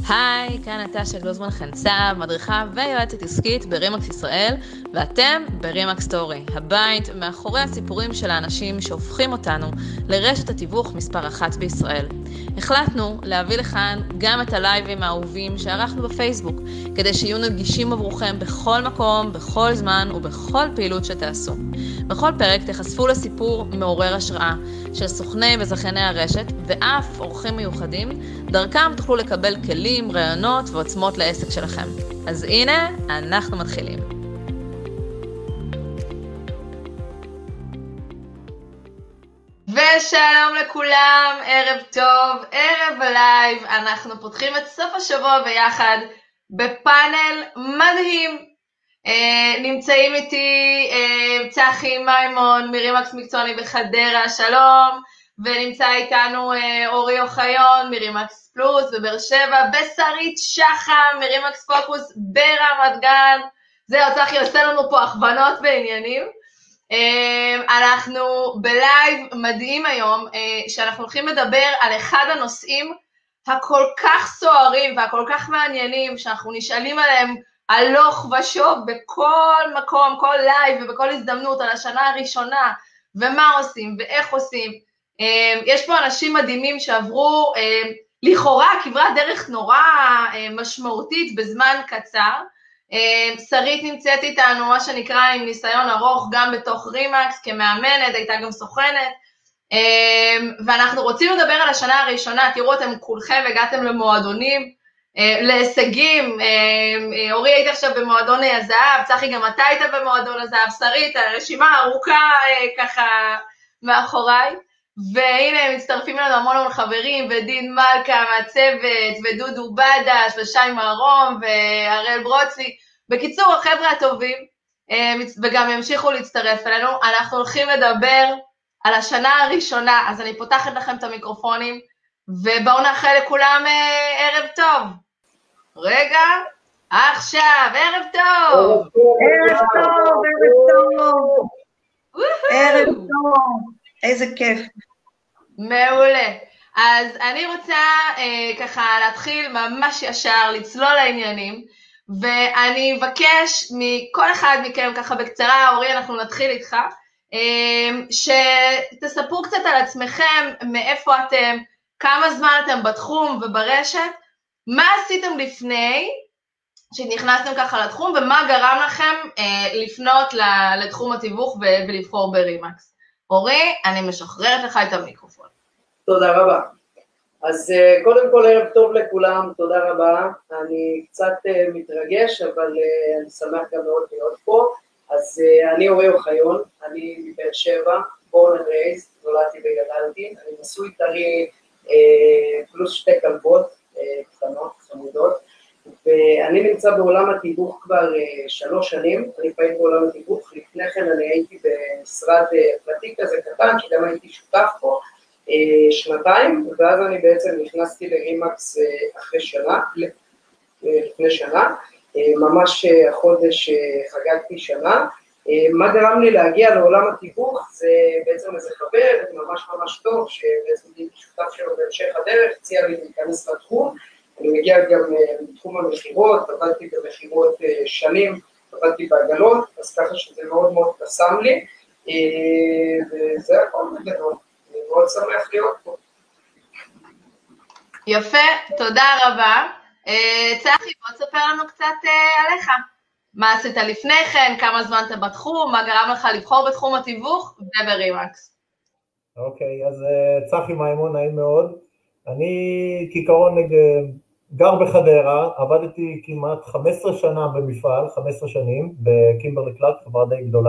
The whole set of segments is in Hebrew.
היי, כאן נטשה גלוזמן חנצב, מדריכה ויועצת עסקית ברימקס ישראל, ואתם ברימקס סטורי, הבית מאחורי הסיפורים של האנשים שהופכים אותנו לרשת התיווך מספר 1 בישראל. החלטנו להביא לכאן גם את הלייבים האהובים שערכנו בפייסבוק, כדי שיהיו נגישים עבורכם בכל מקום, בכל זמן ובכל פעילות שתעשו. בכל פרק תחשפו לסיפור מעורר השראה של סוכני וזכייני הרשת, ואף אורחים מיוחדים, דרכם תוכלו לקבל כלים, רעיונות ועוצמות לעסק שלכם. אז הנה, אנחנו מתחילים. ושלום לכולם, ערב טוב, ערב הלייב. אנחנו פותחים את סוף השבוע ביחד בפאנל מדהים. נמצאים איתי צחי מימון מרימקס מקצועני בחדרה, שלום, ונמצא איתנו אורי אוחיון מרימקס פלוס בבאר שבע, ושרית שחם מרימקס פוקוס ברמת גן. זהו, צחי עושה לנו פה הכוונות בעניינים. אנחנו בלייב מדהים היום, שאנחנו הולכים לדבר על אחד הנושאים הכל כך סוערים והכל כך מעניינים, שאנחנו נשאלים עליהם הלוך ושוב בכל מקום, כל לייב ובכל הזדמנות על השנה הראשונה, ומה עושים ואיך עושים. יש פה אנשים מדהימים שעברו לכאורה כברת דרך נורא משמעותית בזמן קצר. שרית נמצאת איתנו, מה שנקרא, עם ניסיון ארוך גם בתוך רימקס, כמאמנת, הייתה גם סוכנת, ואנחנו רוצים לדבר על השנה הראשונה. תראו, אתם כולכם הגעתם למועדונים, להישגים. אורי היית עכשיו במועדון הזהב, צחי גם אתה היית במועדון הזהב, שרית, הרשימה ארוכה ככה מאחוריי, והנה מצטרפים לנו המון חברים, ודין מלכה מהצוות, ודודו בדש, ושי מרום, והראל ברוצי. בקיצור, החבר'ה הטובים, וגם ימשיכו להצטרף אלינו. אנחנו הולכים לדבר על השנה הראשונה, אז אני פותחת לכם את המיקרופונים, ובואו נאחל לכולם ערב טוב. רגע, עכשיו, ערב טוב. ערב טוב, ערב טוב. ערב טוב, איזה כיף. מעולה. אז אני רוצה ככה להתחיל ממש ישר, לצלול לעניינים, ואני אבקש מכל אחד מכם ככה בקצרה, אורי, אנחנו נתחיל איתך, שתספרו קצת על עצמכם, מאיפה אתם, כמה זמן אתם בתחום וברשת, מה עשיתם לפני שנכנסתם ככה לתחום, ומה גרם לכם לפנות לתחום התיווך ולבחור ברימקס. אורי, אני משחררת לך את המיקרופון. תודה רבה. אז קודם כל ערב טוב לכולם, תודה רבה. אני קצת מתרגש, אבל אני שמח גם מאוד להיות פה. אז אני אורי אוחיון, אני מבאר שבע, born and raised, נולדתי וגדלתי. אני נשוי טרי פלוס 2 כלבות קטנות, חמודות, ואני נמצא בעולם התיווך כבר 3 שנים. אני פעיל בעולם התיווך, לפני כן אני הייתי במשרד פרטי כזה קטן, שגם הייתי שותף פה 2 ואז אני בעצם נכנסתי לרימקס אחרי שנה, לפני שנה, ממש החודש חגגתי שנה. מה גרם לי להגיע לעולם התיווך? זה בעצם איזה חבר ממש טוב, שבעצם הייתי שותף שלו בהמשך הדרך, הציע לי להיכנס לתחום. אני מגיע גם לתחום המחירות, עבדתי במחירות שנים, עבדתי בעגלות, אז ככה שזה מאוד קסם לי, וזה הכל בגדול. אני מאוד שמח להיות פה. יפה, תודה רבה. צחי, בוא תספר לנו קצת עליך. מה עשית לפני כן, כמה זמן אתה בתחום, מה גרם לך לבחור בתחום התיווך וברימקס. אוקיי, אז צחי מימון, נעים מאוד. אני כעיקרון גר בחדרה, עבדתי כמעט 15 שנה במפעל, 15 שנים, בקימברלי קלארק, חברה די גדולה.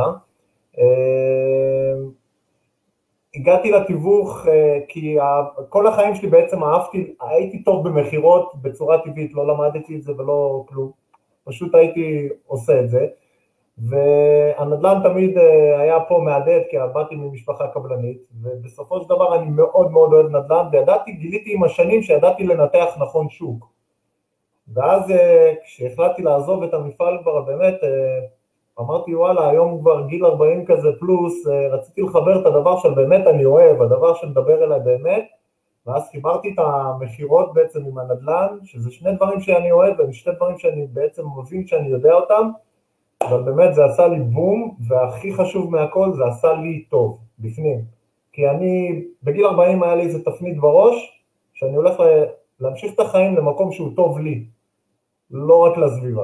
הגעתי לתיווך כי כל החיים שלי בעצם אהבתי, הייתי טוב במחירות בצורה טבעית, לא למדתי את זה ולא כלום, פשוט הייתי עושה את זה, והנדל"ן תמיד היה פה מעדד, כי באתי ממשפחה קבלנית, ובסופו של דבר אני מאוד אוהב נדל"ן, גיליתי עם השנים שידעתי לנתח נכון שוק, ואז כשהחלטתי לעזוב את המפעל כבר באמת, אמרתי וואלה, היום כבר גיל 40 כזה פלוס, רציתי לחבר את הדבר של באמת אני אוהב, הדבר שמדבר אליי באמת, ואז חיברתי את המחירות בעצם עם הנדל"ן, שזה שני דברים שאני אוהב, ושני דברים שאני בעצם מבין שאני יודע אותם, אבל באמת זה עשה לי בום, והכי חשוב מהכל זה עשה לי טוב, בפנים. כי אני, בגיל 40 היה לי איזה תפנית בראש, שאני הולך להמשיך את החיים למקום שהוא טוב לי, לא רק לסביבה.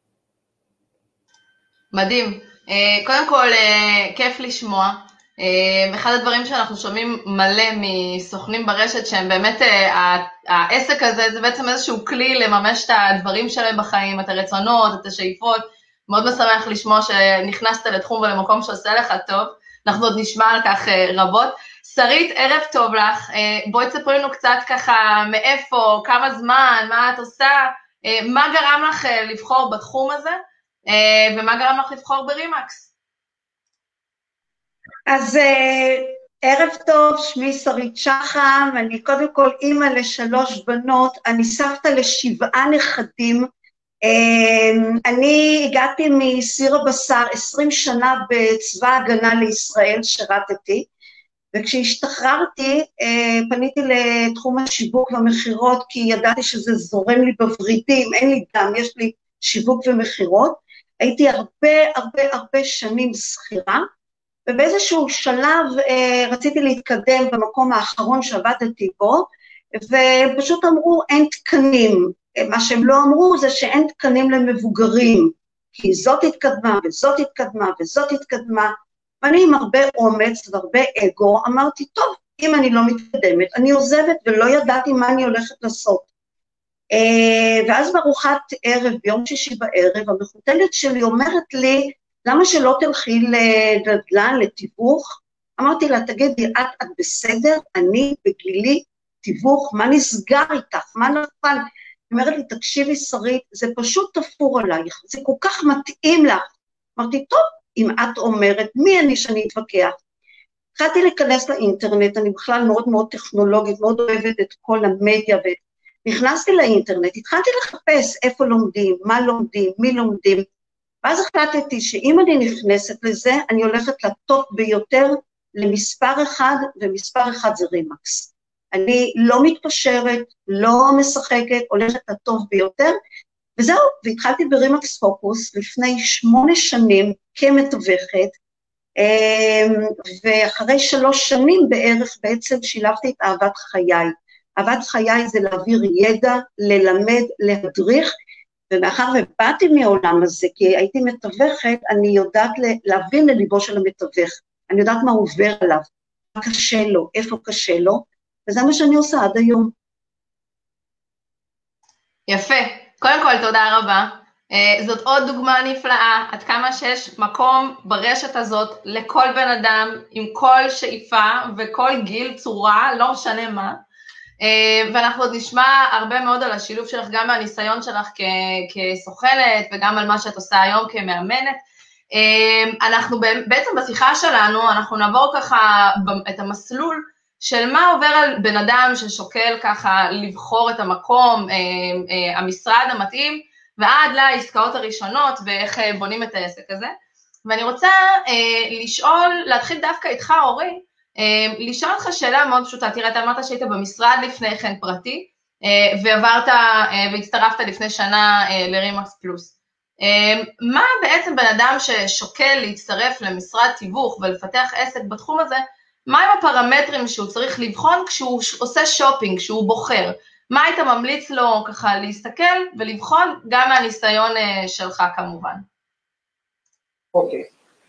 מדהים. קודם כל, כיף לשמוע. אחד הדברים שאנחנו שומעים מלא מסוכנים ברשת, שהם באמת, העסק הזה זה בעצם איזשהו כלי לממש את הדברים שלהם בחיים, את הרצונות, את השאיפות. מאוד משמח לשמוע שנכנסת לתחום ולמקום שעושה לך טוב. אנחנו עוד נשמע על כך רבות. שרית, ערב טוב לך. בואי תספרי לנו קצת ככה מאיפה, כמה זמן, מה את עושה, מה גרם לך לבחור בתחום הזה, ומה גרם לך לבחור ברימקס? אז ערב טוב, שמי שרית שחם, אני קודם כל אימא ל3 בנות, אני סבתא ל7 נכדים, אני הגעתי מסיר הבשר 20 שנה בצבא ההגנה לישראל, שירתתי, וכשהשתחררתי פניתי לתחום השיווק והמחירות, כי ידעתי שזה זורם לי בוורידים, אין לי דם, יש לי שיווק ומחירות, הייתי הרבה שנים שכירה, ובאיזשהו שלב רציתי להתקדם במקום האחרון שעבדתי בו, ופשוט אמרו אין תקנים, מה שהם לא אמרו זה שאין תקנים למבוגרים, כי זאת התקדמה וזאת התקדמה וזאת התקדמה, ואני עם הרבה אומץ והרבה אגו אמרתי טוב, אם אני לא מתקדמת אני עוזבת ולא ידעתי מה אני הולכת לעשות. ואז בארוחת ערב, ביום שישי בערב, המחותלת שלי אומרת לי, למה שלא תלכי לנדל"ן, לתיווך? אמרתי לה, תגידי, את בסדר? אני בגילי תיווך, מה נסגר איתך? מה נפל? היא אומרת לי, תקשיבי שרית, זה פשוט תפור עלייך, זה כל כך מתאים לך. אמרתי, טוב, אם את אומרת, מי אני שאני אתווכח? התחלתי להיכנס לאינטרנט, אני בכלל מאוד טכנולוגית, מאוד אוהבת את כל המדיה, ונכנסתי לאינטרנט, התחלתי לחפש איפה לומדים, מה לומדים, מי לומדים, ואז החלטתי שאם אני נכנסת לזה, אני הולכת לטופ ביותר למספר אחד, ומספר אחד זה רימקס. אני לא מתפשרת, לא משחקת, הולכת לטוב ביותר, וזהו, והתחלתי ברימקס פוקוס לפני 8 שנים כמתווכת, ואחרי 3 שנים בערך בעצם שילבתי את אהבת חיי. אהבת חיי זה להעביר ידע, ללמד, להדריך, ומאחר ובאתי מהעולם הזה, כי הייתי מתווכת, אני יודעת להבין לליבו של המתווך, אני יודעת מה עובר עליו, מה קשה לו, איפה קשה לו, וזה מה שאני עושה עד היום. יפה, קודם כל תודה רבה, זאת עוד דוגמה נפלאה, עד כמה שיש מקום ברשת הזאת לכל בן אדם, עם כל שאיפה וכל גיל, צורה, לא משנה מה, ואנחנו עוד נשמע הרבה מאוד על השילוב שלך, גם מהניסיון שלך כסוכנת, וגם על מה שאת עושה היום כמאמנת. אנחנו בעצם בשיחה שלנו, אנחנו נעבור ככה את המסלול, של מה עובר על בן אדם ששוקל ככה לבחור את המקום, המשרד המתאים, ועד לעסקאות הראשונות, ואיך בונים את העסק הזה. ואני רוצה להתחיל דווקא איתך, אורי, לשאול אותך שאלה מאוד פשוטה, תראה, אתה אמרת שהיית במשרד לפני כן פרטי, ועברת והצטרפת לפני שנה לרימקס פלוס. מה בעצם בן אדם ששוקל להצטרף למשרד תיווך ולפתח עסק בתחום הזה, מה הם הפרמטרים שהוא צריך לבחון כשהוא עושה שופינג, כשהוא בוחר? מה היית ממליץ לו ככה להסתכל ולבחון גם מהניסיון שלך כמובן? אוקיי,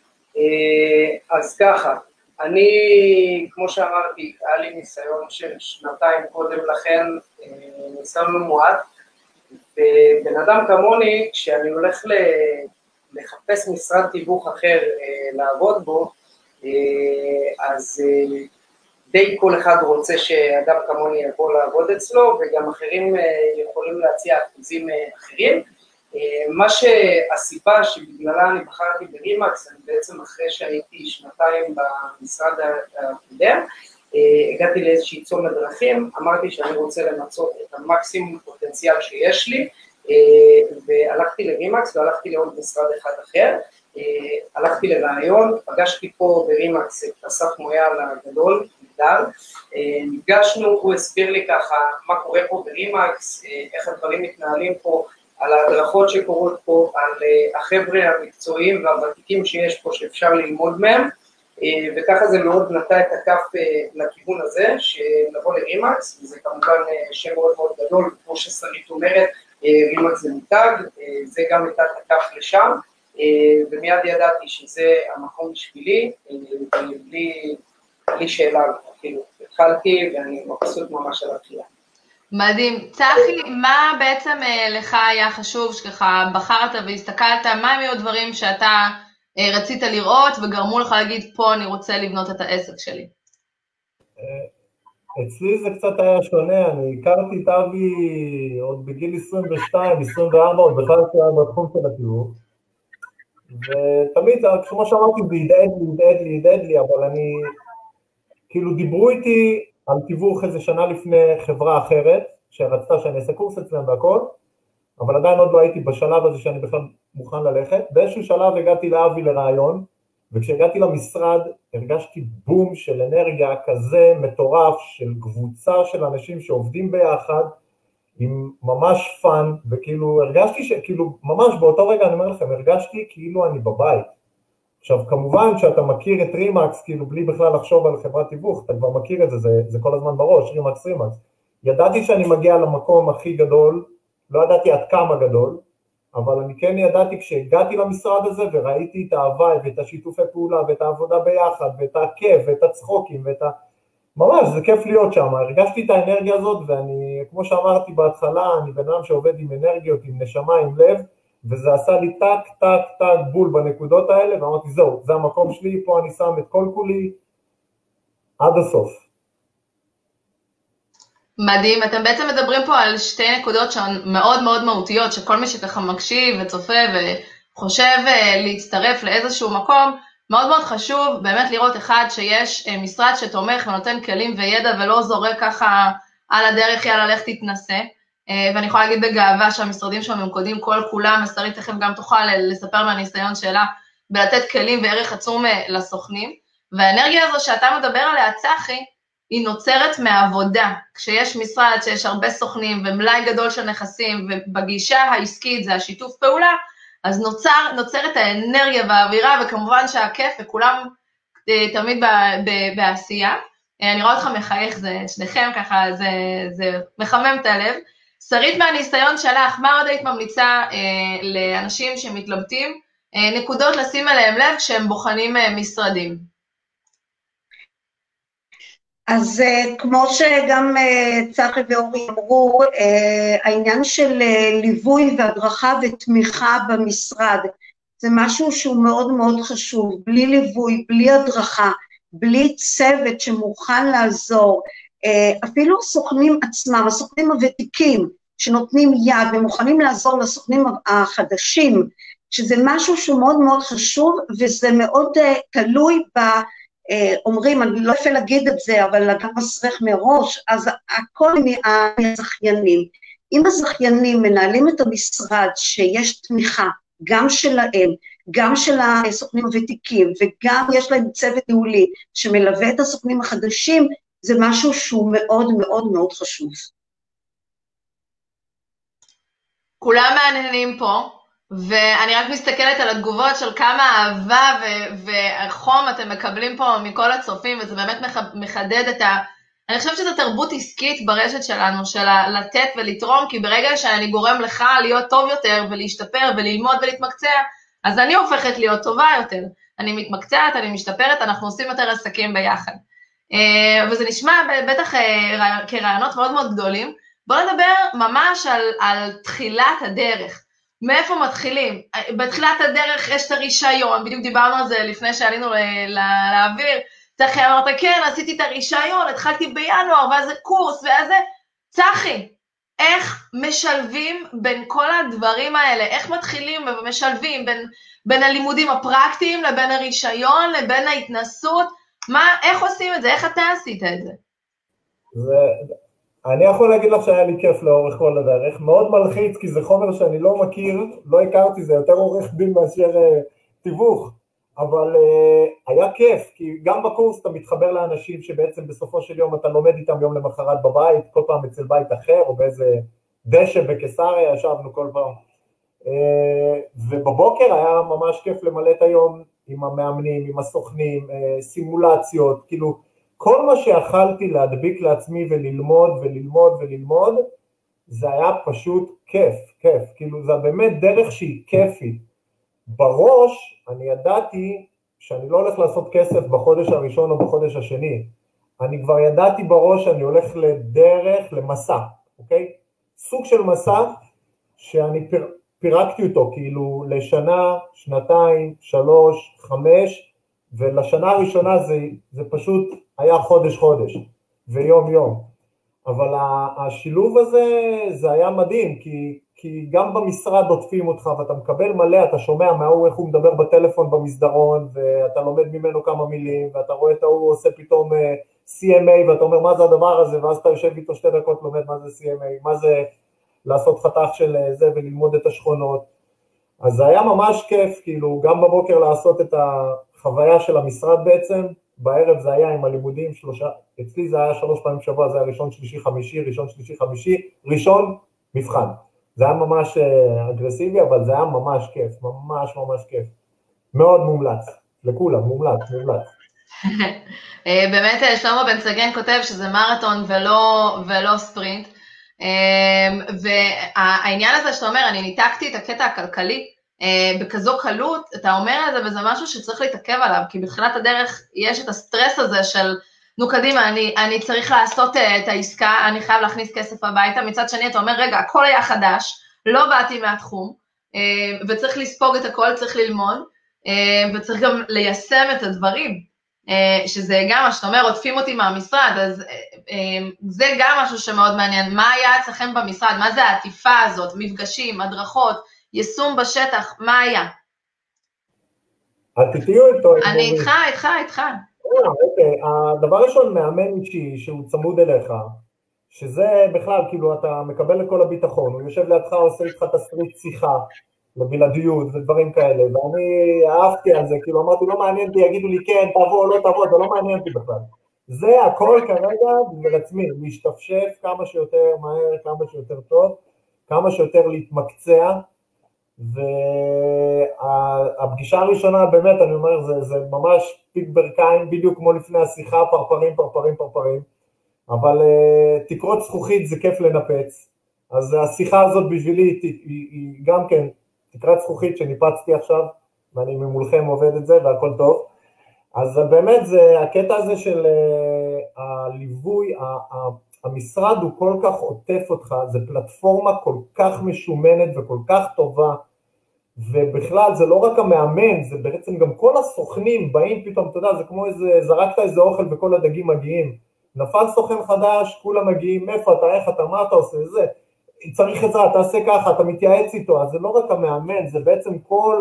אז ככה, אני, כמו שאמרתי, היה לי ניסיון של 2 קודם לכן, ניסיון ממועט, ובן אדם כמוני, כשאני הולך לחפש משרד תיווך אחר לעבוד בו, אז די כל אחד רוצה שאדם כמוני יבוא לעבוד אצלו, וגם אחרים יכולים להציע אחוזים אחרים. מה שהסיבה שבגללה אני בחרתי ברימקס, אני בעצם אחרי שהייתי 2 במשרד הקודם, הגעתי לאיזושהי צומת דרכים, אמרתי שאני רוצה למצות את המקסימום פוטנציאל שיש לי, והלכתי לרימקס והלכתי לעוד משרד אחד אחר, הלכתי לרעיון, פגשתי פה ברימקס את אסף מויאל הגדול, נהדר. נפגשנו, הוא הסביר לי ככה מה קורה פה ברימקס, איך הדברים מתנהלים פה, על ההדרכות שקורות פה, על החבר'ה המקצועיים והוותיקים שיש פה שאפשר ללמוד מהם, וככה זה מאוד נטע את הכף לכיוון הזה, שנבוא לרימקס, וזה כמובן שם מאוד מאוד גדול, כמו ששרית אומרת, רימקס זה מותג, זה גם נטע את הכף לשם, ומיד ידעתי שזה המקום בשבילי, בלי שאלה, כאילו, התחלתי ואני מבסוט ממש על התחילה. מדהים. צחי, מה בעצם לך היה חשוב שככה בחרת והסתכלת, מה הם היו דברים שאתה רצית לראות וגרמו לך להגיד, פה אני רוצה לבנות את העסק שלי? אצלי זה קצת היה שונה, אני הכרתי את אבי עוד בגיל 22, 24, עוד בכלל שהיה בתחום של התיווך, ותמיד, כמו שאמרתי, זה ידעד לי, אבל אני, כאילו דיברו איתי על תיווך איזה שנה לפני חברה אחרת, שרצתה שאני אעשה קורס אצלם והכל, אבל עדיין עוד לא הייתי בשלב הזה שאני בכלל מוכן ללכת. באיזשהו שלב הגעתי לאבי לרעיון, וכשהגעתי למשרד הרגשתי בום של אנרגיה כזה מטורף, של קבוצה של אנשים שעובדים ביחד, עם ממש פן, וכאילו הרגשתי שכאילו ממש באותו רגע אני אומר לכם, הרגשתי כאילו אני בבית. עכשיו כמובן שאתה מכיר את רימקס, כאילו בלי בכלל לחשוב על חברת תיווך, אתה כבר מכיר את זה, זה כל הזמן בראש, רימקס. ידעתי שאני מגיע למקום הכי גדול, לא ידעתי עד כמה גדול, אבל אני כן ידעתי כשהגעתי למשרד הזה וראיתי את ההוואי ואת השיתופי פעולה ואת העבודה ביחד ואת הכיף ואת הצחוקים ממש זה כיף להיות שם, הרגשתי את האנרגיה הזאת ואני, כמו שאמרתי בהתחלה, אני בן אדם שעובד עם אנרגיות, עם נשמה, עם לב, וזה עשה לי טק בול בנקודות האלה, ואמרתי זהו, זה המקום שלי, פה אני שם את כל כולי עד הסוף. מדהים, אתם בעצם מדברים פה על שתי נקודות שהן מאוד מאוד מהותיות, שכל מי שככה מקשיב וצופה וחושב להצטרף לאיזשהו מקום, מאוד מאוד חשוב באמת לראות אחד שיש משרד שתומך ונותן כלים וידע ולא זורק ככה על הדרך, יאללה לך תתנסה, ואני יכולה להגיד בגאווה שהמשרדים שם הם קודים כל כולם, שרית תכף גם תוכל לספר מהניסיון שלה, בלתת כלים וערך עצום לסוכנים, והאנרגיה הזו שאתה מדבר עליה, צחי, היא נוצרת מהעבודה, כשיש משרד שיש הרבה סוכנים ומלאי גדול של נכסים, ובגישה העסקית זה השיתוף פעולה, אז נוצרת האנרגיה והאווירה, וכמובן שהכיף, וכולם תמיד בעשייה. אני רואה אותך מחייך, זה שניכם ככה, זה מחמם את הלב. שרית מהניסיון שלך, מה עוד היית ממליצה לאנשים שמתלבטים, נקודות לשים אליהם לב כשהם בוחנים משרדים? אז כמו שגם צחי ואורי אמרו, העניין של ליווי והדרכה ותמיכה במשרד, זה משהו שהוא מאוד מאוד חשוב, בלי ליווי, בלי הדרכה, בלי צוות שמוכן לעזור, אפילו הסוכנים עצמם, הסוכנים הוותיקים שנותנים יד ומוכנים לעזור לסוכנים החדשים, שזה משהו שהוא מאוד מאוד חשוב, וזה מאוד תלוי אומרים, אני לא יכול להגיד את זה, אבל אדם מסריח מראש, אז הכל מהזכיינים. אם הזכיינים מנהלים את המשרד שיש תמיכה, גם שלהם, גם של הסוכנים הוותיקים, וגם יש להם צוות ניהולי שמלווה את הסוכנים החדשים, זה משהו שהוא מאוד מאוד מאוד חשוב. כולם מעניינים פה. ואני רק מסתכלת על התגובות של כמה אהבה וחום אתם מקבלים פה מכל הצופים, וזה באמת מחדד את אני חושבת שזו תרבות עסקית ברשת שלנו, של לתת ולתרום, כי ברגע שאני גורם לך להיות טוב יותר ולהשתפר וללמוד ולהתמקצע, אז אני הופכת להיות טובה יותר. אני מתמקצעת, אני משתפרת, אנחנו עושים יותר עסקים ביחד. וזה נשמע בטח כרעיונות מאוד מאוד גדולים. בואו נדבר ממש על תחילת הדרך. מאיפה מתחילים? בתחילת הדרך יש את הרישיון, בדיוק דיברנו על זה לפני שעלינו לאוויר, צחי אמרת, כן, עשיתי את הרישיון, התחלתי בינואר, ואז זה קורס, ואז זה, צחי, איך משלבים בין כל הדברים האלה, איך מתחילים ומשלבים בין הלימודים הפרקטיים, לבין הרישיון, לבין ההתנסות, איך עושים את זה, איך אתה עשית את זה? אני יכול להגיד לך שהיה לי כיף לאורך כל הדרך, מאוד מלחיץ, כי זה חומר שאני לא מכיר, לא הכרתי, זה יותר עורך דין מאשר תיווך, אבל היה כיף, כי גם בקורס אתה מתחבר לאנשים שבעצם בסופו של יום אתה לומד איתם יום למחרת בבית, כל פעם אצל בית אחר, או באיזה דשא בקיסריה, ישבנו כל פעם. ובבוקר היה ממש כיף למלא את היום עם המאמנים, עם הסוכנים, סימולציות, כאילו כל מה שיכלתי להדביק לעצמי וללמוד וללמוד וללמוד, זה היה פשוט כיף, כיף, כאילו זה באמת דרך שהיא כיפית. בראש אני ידעתי שאני לא הולך לעשות כסף בחודש הראשון או בחודש השני, אני כבר ידעתי בראש שאני הולך לדרך, למסע, אוקיי? סוג של מסע שאני פירקתי אותו כאילו לשנה, שנתיים, 3, 5, ולשנה הראשונה זה פשוט היה חודש ויום יום, אבל השילוב הזה זה היה מדהים, כי גם במשרד עוטפים אותך ואתה מקבל מלא, אתה שומע מההוא איך הוא מדבר בטלפון במסדרון, ואתה לומד ממנו כמה מילים, ואתה רואה את ההוא עושה פתאום CMA, ואתה אומר מה זה הדבר הזה, ואז אתה יושב איתו 2 דקות לומד מה זה CMA, מה זה לעשות חתך של זה וללמוד את השכונות. אז זה היה ממש כיף, כאילו גם בבוקר לעשות את החוויה של המשרד בעצם, בערב זה היה עם הלימודים, אצלי זה היה 3 פעמים בשבוע, זה היה ראשון, שלישי, חמישי, ראשון, שלישי, חמישי, ראשון, מבחן. זה היה ממש אגרסיבי, אבל זה היה ממש כיף, ממש ממש כיף. מאוד מומלץ, לכולם, מומלץ. באמת שלמה בן סגן כותב שזה מרתון ולא ספרינט, והעניין הזה שאתה אומר, אני ניתקתי את הקטע הכלכלי, בכזו קלות, אתה אומר את זה, וזה משהו שצריך להתעכב עליו, כי בתחילת הדרך יש את הסטרס הזה של, נו קדימה, אני צריך לעשות את העסקה, אני חייב להכניס כסף הביתה, מצד שני אתה אומר, רגע, הכל היה חדש, לא באתי מהתחום, וצריך לספוג את הכל, צריך ללמוד, וצריך גם ליישם את הדברים, שזה גם מה שאתה אומר, עוטפים אותי מהמשרד, אז זה גם משהו שמאוד מעניין, מה היה אצלכם במשרד, מה זה העטיפה הזאת, מפגשים, הדרכות, יישום בשטח, מה היה? תהיו איתו. אני איתך. אוקיי, הדבר ראשון מאמן אישי שהוא צמוד אליך, שזה בכלל, כאילו אתה מקבל לכל הביטחון, הוא יושב לידך, עושה איתך תסריט שיחה, לבלעדיות ודברים כאלה, ואני אהבתי על זה, כאילו אמרתי, לא מעניין אותי, יגידו לי כן, תבוא, לא תבוא, זה לא מעניין אותי בכלל. זה הכל כרגע בשביל עצמי, להשתפשף כמה שיותר מהר, כמה שיותר טוב, כמה שיותר להתמקצע, והפגישה הראשונה באמת, אני אומר, זה ממש פיק ברכיים, בדיוק כמו לפני השיחה, פרפרים, אבל תקרות זכוכית זה כיף לנפץ, אז השיחה הזאת בשבילי היא גם כן תקרת זכוכית שניפצתי עכשיו, ואני ממולכם עובד את זה והכל טוב, אז באמת זה הקטע הזה של הליווי, המשרד הוא כל כך עוטף אותך, זה פלטפורמה כל כך משומנת וכל כך טובה, ובכלל זה לא רק המאמן, זה בעצם גם כל הסוכנים באים פתאום, אתה יודע, זה כמו זרקת איזה אוכל וכל הדגים מגיעים, נפל סוכן חדש, כולם מגיעים, איפה אתה, איך אתה, מה אתה עושה, זה, צריך עזרה, תעשה ככה, אתה מתייעץ איתו, אז זה לא רק המאמן, זה בעצם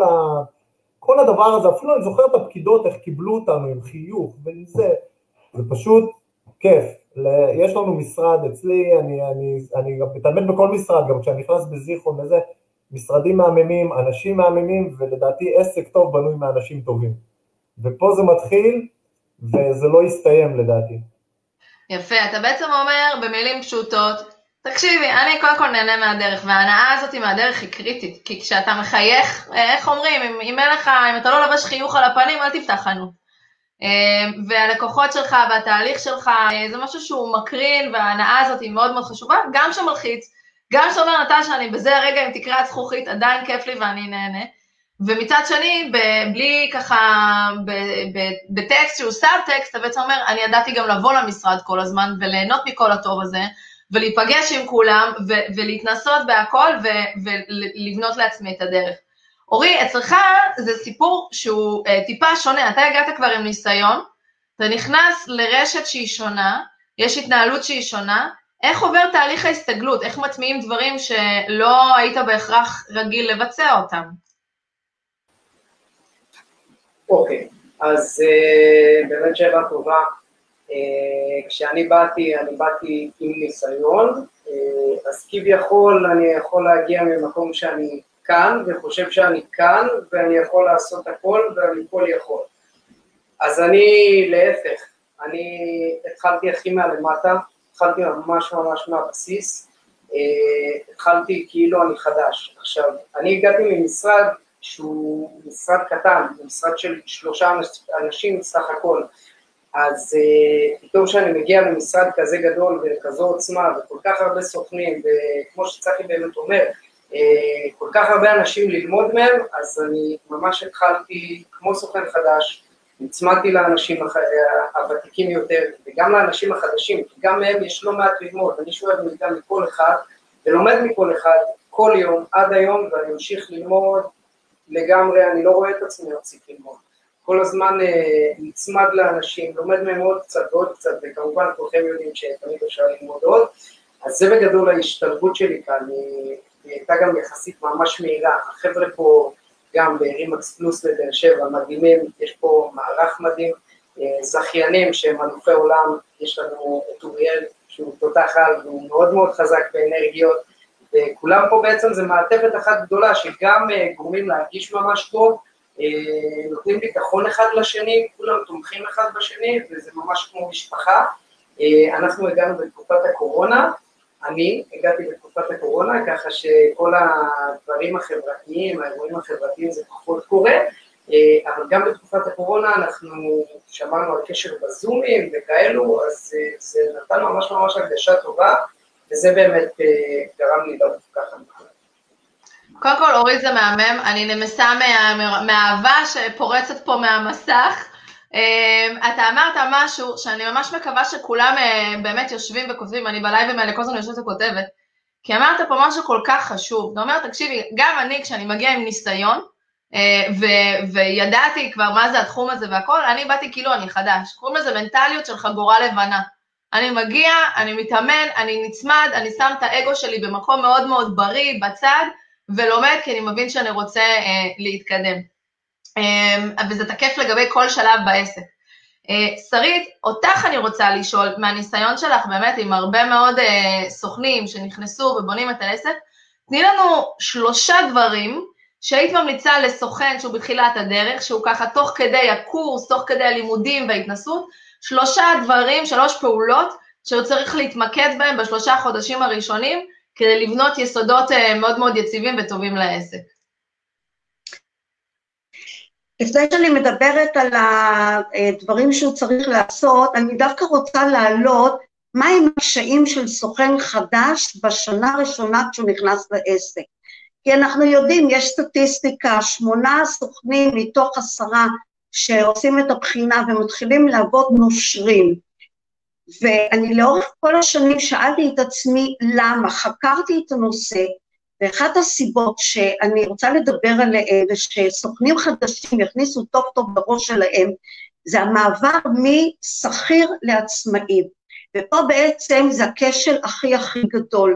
כל הדבר הזה, אפילו אני זוכר את הפקידות, איך קיבלו אותנו עם חיוך, וזה, זה פשוט כיף, יש לנו משרד אצלי, אני גם מתאמן בכל משרד, גם כשאני נכנס בזיכרון וזה, משרדים מהממים, אנשים מהממים, ולדעתי עסק טוב בנוי מאנשים טובים, ופה זה מתחיל, וזה לא יסתיים לדעתי. יפה, אתה בעצם אומר במילים פשוטות, תקשיבי, אני קודם כל נהנה מהדרך, וההנאה הזאת מהדרך היא קריטית, כי כשאתה מחייך, איך אומרים, אם אתה לא לבש חיוך על הפנים, אל תפתח חנות. והלקוחות שלך והתהליך שלך, זה משהו שהוא מקרין, וההנאה הזאת היא מאוד מאוד חשובה, גם שמלחיץ, גם שאומר נטשה, אני בזה הרגע עם תקרת זכוכית, עדיין כיף לי ואני נהנה, ומצד שני, בלי ככה, בטקסט שהוא סאב-טקסט, אתה בעצם אומר, אני ידעתי גם לבוא למשרד כל הזמן, וליהנות מכל הטוב הזה, ולהיפגש עם כולם, ולהתנסות בהכל, ולבנות לעצמי את הדרך. אורי, אצלך זה סיפור שהוא טיפה שונה, אתה הגעת כבר עם ניסיון, אתה נכנס לרשת שהיא שונה, יש התנהלות שהיא שונה, איך עובר תהליך ההסתגלות, איך מטמיעים דברים שלא היית בהכרח רגיל לבצע אותם? אוקיי, אז באמת שאלה טובה. כשאני באתי עם ניסיון, אז כביכול אני יכול להגיע ממקום שאני כאן, וחושב שאני כאן, ואני יכול לעשות הכל, ואני כל יכול. אז אני להפך, אני התחלתי הכי מהלמטה, התחלתי ממש ממש מהבסיס, התחלתי כאילו אני חדש. עכשיו, אני הגעתי ממשרד שהוא משרד קטן, משרד של 3 אנשים סך הכל, אז פתאום שאני מגיע למשרד כזה גדול וכזו עוצמה וכל כך הרבה סוכנים, וכמו שצחי באמת אומר, כל כך הרבה אנשים ללמוד מהם, אז אני ממש התחלתי כמו סוכן חדש, נצמדתי לאנשים הוותיקים יותר, וגם לאנשים החדשים, כי גם מהם יש לא מעט ללמוד, אני שואב מידע מכל אחד, ולומד מכל אחד כל יום, עד היום, ואני ממשיך ללמוד לגמרי, אני לא רואה את עצמי להפסיק ללמוד. כל הזמן נצמד לאנשים, לומד מהם עוד קצת ועוד קצת, וכמובן כולכם יודעים שתמיד אפשר ללמוד עוד, אז זה בגדול ההשתלבות שלי כאן, היא הייתה גם יחסית ממש מהירה, החבר'ה פה גם ברימקס פלוס בבאר שבע, מדהימים, יש פה מערך מדהים, זכיינים שהם אלופי עולם, יש לנו את אוריאל שהוא תותח על, והוא מאוד מאוד חזק באנרגיות, וכולם פה בעצם זה מעטפת אחת גדולה, שגם גורמים להרגיש ממש טוב, נותנים ביטחון אחד לשני, כולם תומכים אחד בשני, וזה ממש כמו משפחה. אנחנו הגענו בתקופת הקורונה, אני הגעתי בתקופת הקורונה, ככה שכל הדברים החברתיים, האירועים החברתיים זה פחות קורה, אבל גם בתקופת הקורונה אנחנו שמענו על קשר בזומים וכאלו, אז זה נתן ממש ממש הרגשה טובה, וזה באמת גרם לי לעוד ככה. קודם כל, אורית זה מהמם, אני נמסה מהאהבה שפורצת פה מהמסך. אתה אמרת משהו שאני ממש מקווה שכולם באמת יושבים וכותבים, אני בלייבים האלה כל הזמן יושבת וכותבת, כי אמרת פה משהו כל כך חשוב. אתה אומר, תקשיבי, גם אני כשאני מגיעה עם ניסיון, וידעתי כבר מה זה התחום הזה והכל, אני באתי כאילו אני חדש. קוראים לזה מנטליות של חגורה לבנה. אני מגיע, אני מתאמן, אני נצמד, אני שם את האגו שלי במקום מאוד מאוד בריא, בצד, ולומד כי אני מבין שאני רוצה להתקדם. וזה תקף לגבי כל שלב בעסק. שרית, אותך אני רוצה לשאול, מהניסיון שלך באמת עם הרבה מאוד סוכנים שנכנסו ובונים את העסק, תני לנו 3 דברים שהיית ממליצה לסוכן שהוא בתחילת הדרך, שהוא ככה תוך כדי הקורס, תוך כדי הלימודים וההתנסות, 3 דברים, 3 פעולות שהוא צריך להתמקד בהם ב3 חודשים הראשונים, כדי לבנות יסודות מאוד מאוד יציבים וטובים לעסק. לפני שאני מדברת על הדברים שהוא צריך לעשות, אני דווקא רוצה להעלות מהם הקשיים של סוכן חדש בשנה הראשונה כשהוא נכנס לעסק. כי אנחנו יודעים, יש סטטיסטיקה, 8 סוכנים מתוך 10 שעושים את הבחינה ומתחילים לעבוד נושרים. ואני לאורך כל השנים שאלתי את עצמי למה, חקרתי את הנושא, ואחת הסיבות שאני רוצה לדבר עליהם, ושסוכנים חדשים יכניסו טוב טוב בראש שלהם, זה המעבר משכיר לעצמאי. ופה בעצם זה הכשל הכי הכי גדול.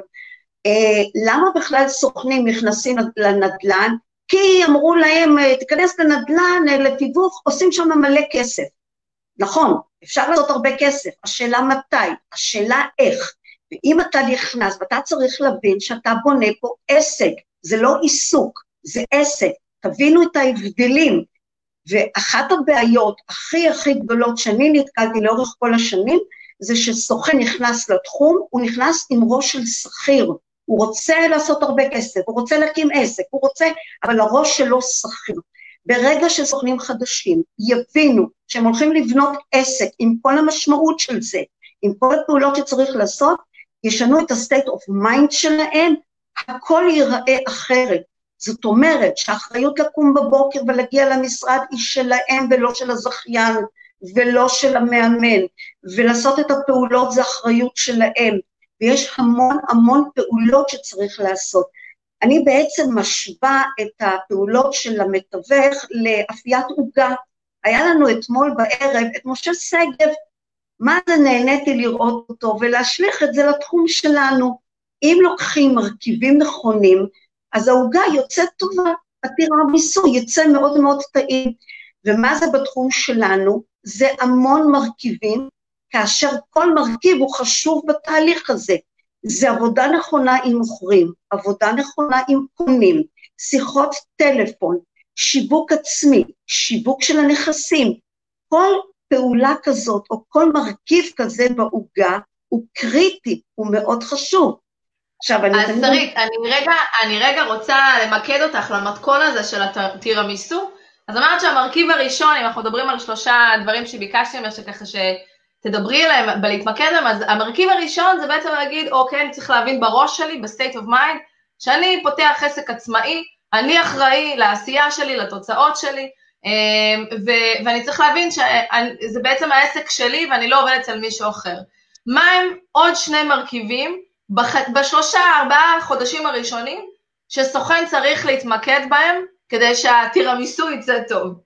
למה בכלל סוכנים נכנסים לנדל"ן? כי אמרו להם, תיכנס לנדל"ן, לתיווך, עושים שם מלא כסף. נכון, אפשר לעשות הרבה כסף, השאלה מתי, השאלה איך. ואם אתה נכנס, ואתה צריך להבין שאתה בונה פה עסק, זה לא עיסוק, זה עסק, תבינו את ההבדלים. ואחת הבעיות הכי הכי גדולות שאני נתקלתי לאורך כל השנים, זה שסוכן נכנס לתחום, הוא נכנס עם ראש של שכיר, הוא רוצה לעשות הרבה כסף, הוא רוצה להקים עסק, הוא רוצה, אבל הראש שלו שכיר. ברגע שסוכנים חדשים יבינו שהם הולכים לבנות עסק עם כל המשמעות של זה, עם כל הפעולות שצריך לעשות, ישנו את ה-state of mind שלהם, הכל ייראה אחרת. זאת אומרת שהאחריות לקום בבוקר ולהגיע למשרד היא שלהם ולא של הזכיין ולא של המאמן, ולעשות את הפעולות זה אחריות שלהם, ויש המון המון פעולות שצריך לעשות. אני בעצם משווה את הפעולות של המתווך לאפיית עוגה. היה לנו אתמול בערב את משה שגב, מה זה נהניתי לראות אותו ולהשליך את זה לתחום שלנו. אם לוקחים מרכיבים נכונים, אז העוגה יוצאת טובה, הטירמיסו יצא מאוד מאוד טעים. ומה זה בתחום שלנו? זה המון מרכיבים, כאשר כל מרכיב הוא חשוב בתהליך הזה. זה עבודה נכונה עם מוכרים, עבודה נכונה עם קונים, שיחות טלפון, שיווק עצמי, שיווק של הנכסים, כל פעולה כזאת, או כל מרכיב כזה בעוגה, הוא קריטי, הוא מאוד חשוב. עכשיו, אז שרית, אני רגע רוצה למקד אותך למתכון הזה של הטירמיסו. אז אמרת שהמרכיב הראשון, אם אנחנו מדברים על 3 דברים שביקשתי ממך, שככה שתדברי עליהם ולהתמקד להם, אז המרכיב הראשון זה בעצם להגיד, אוקיי, אני צריך להבין בראש שלי, ב-state of mind, שאני פותח עסק עצמאי, אני אחראי לעשייה שלי, לתוצאות שלי, ואני צריך להבין שזה בעצם העסק שלי, ואני לא עובדת אצל מישהו אחר. מה הם עוד 2 מרכיבים, ב3-4 חודשים הראשונים, שסוכן צריך להתמקד בהם, כדי שהטירמיסו יצא טוב?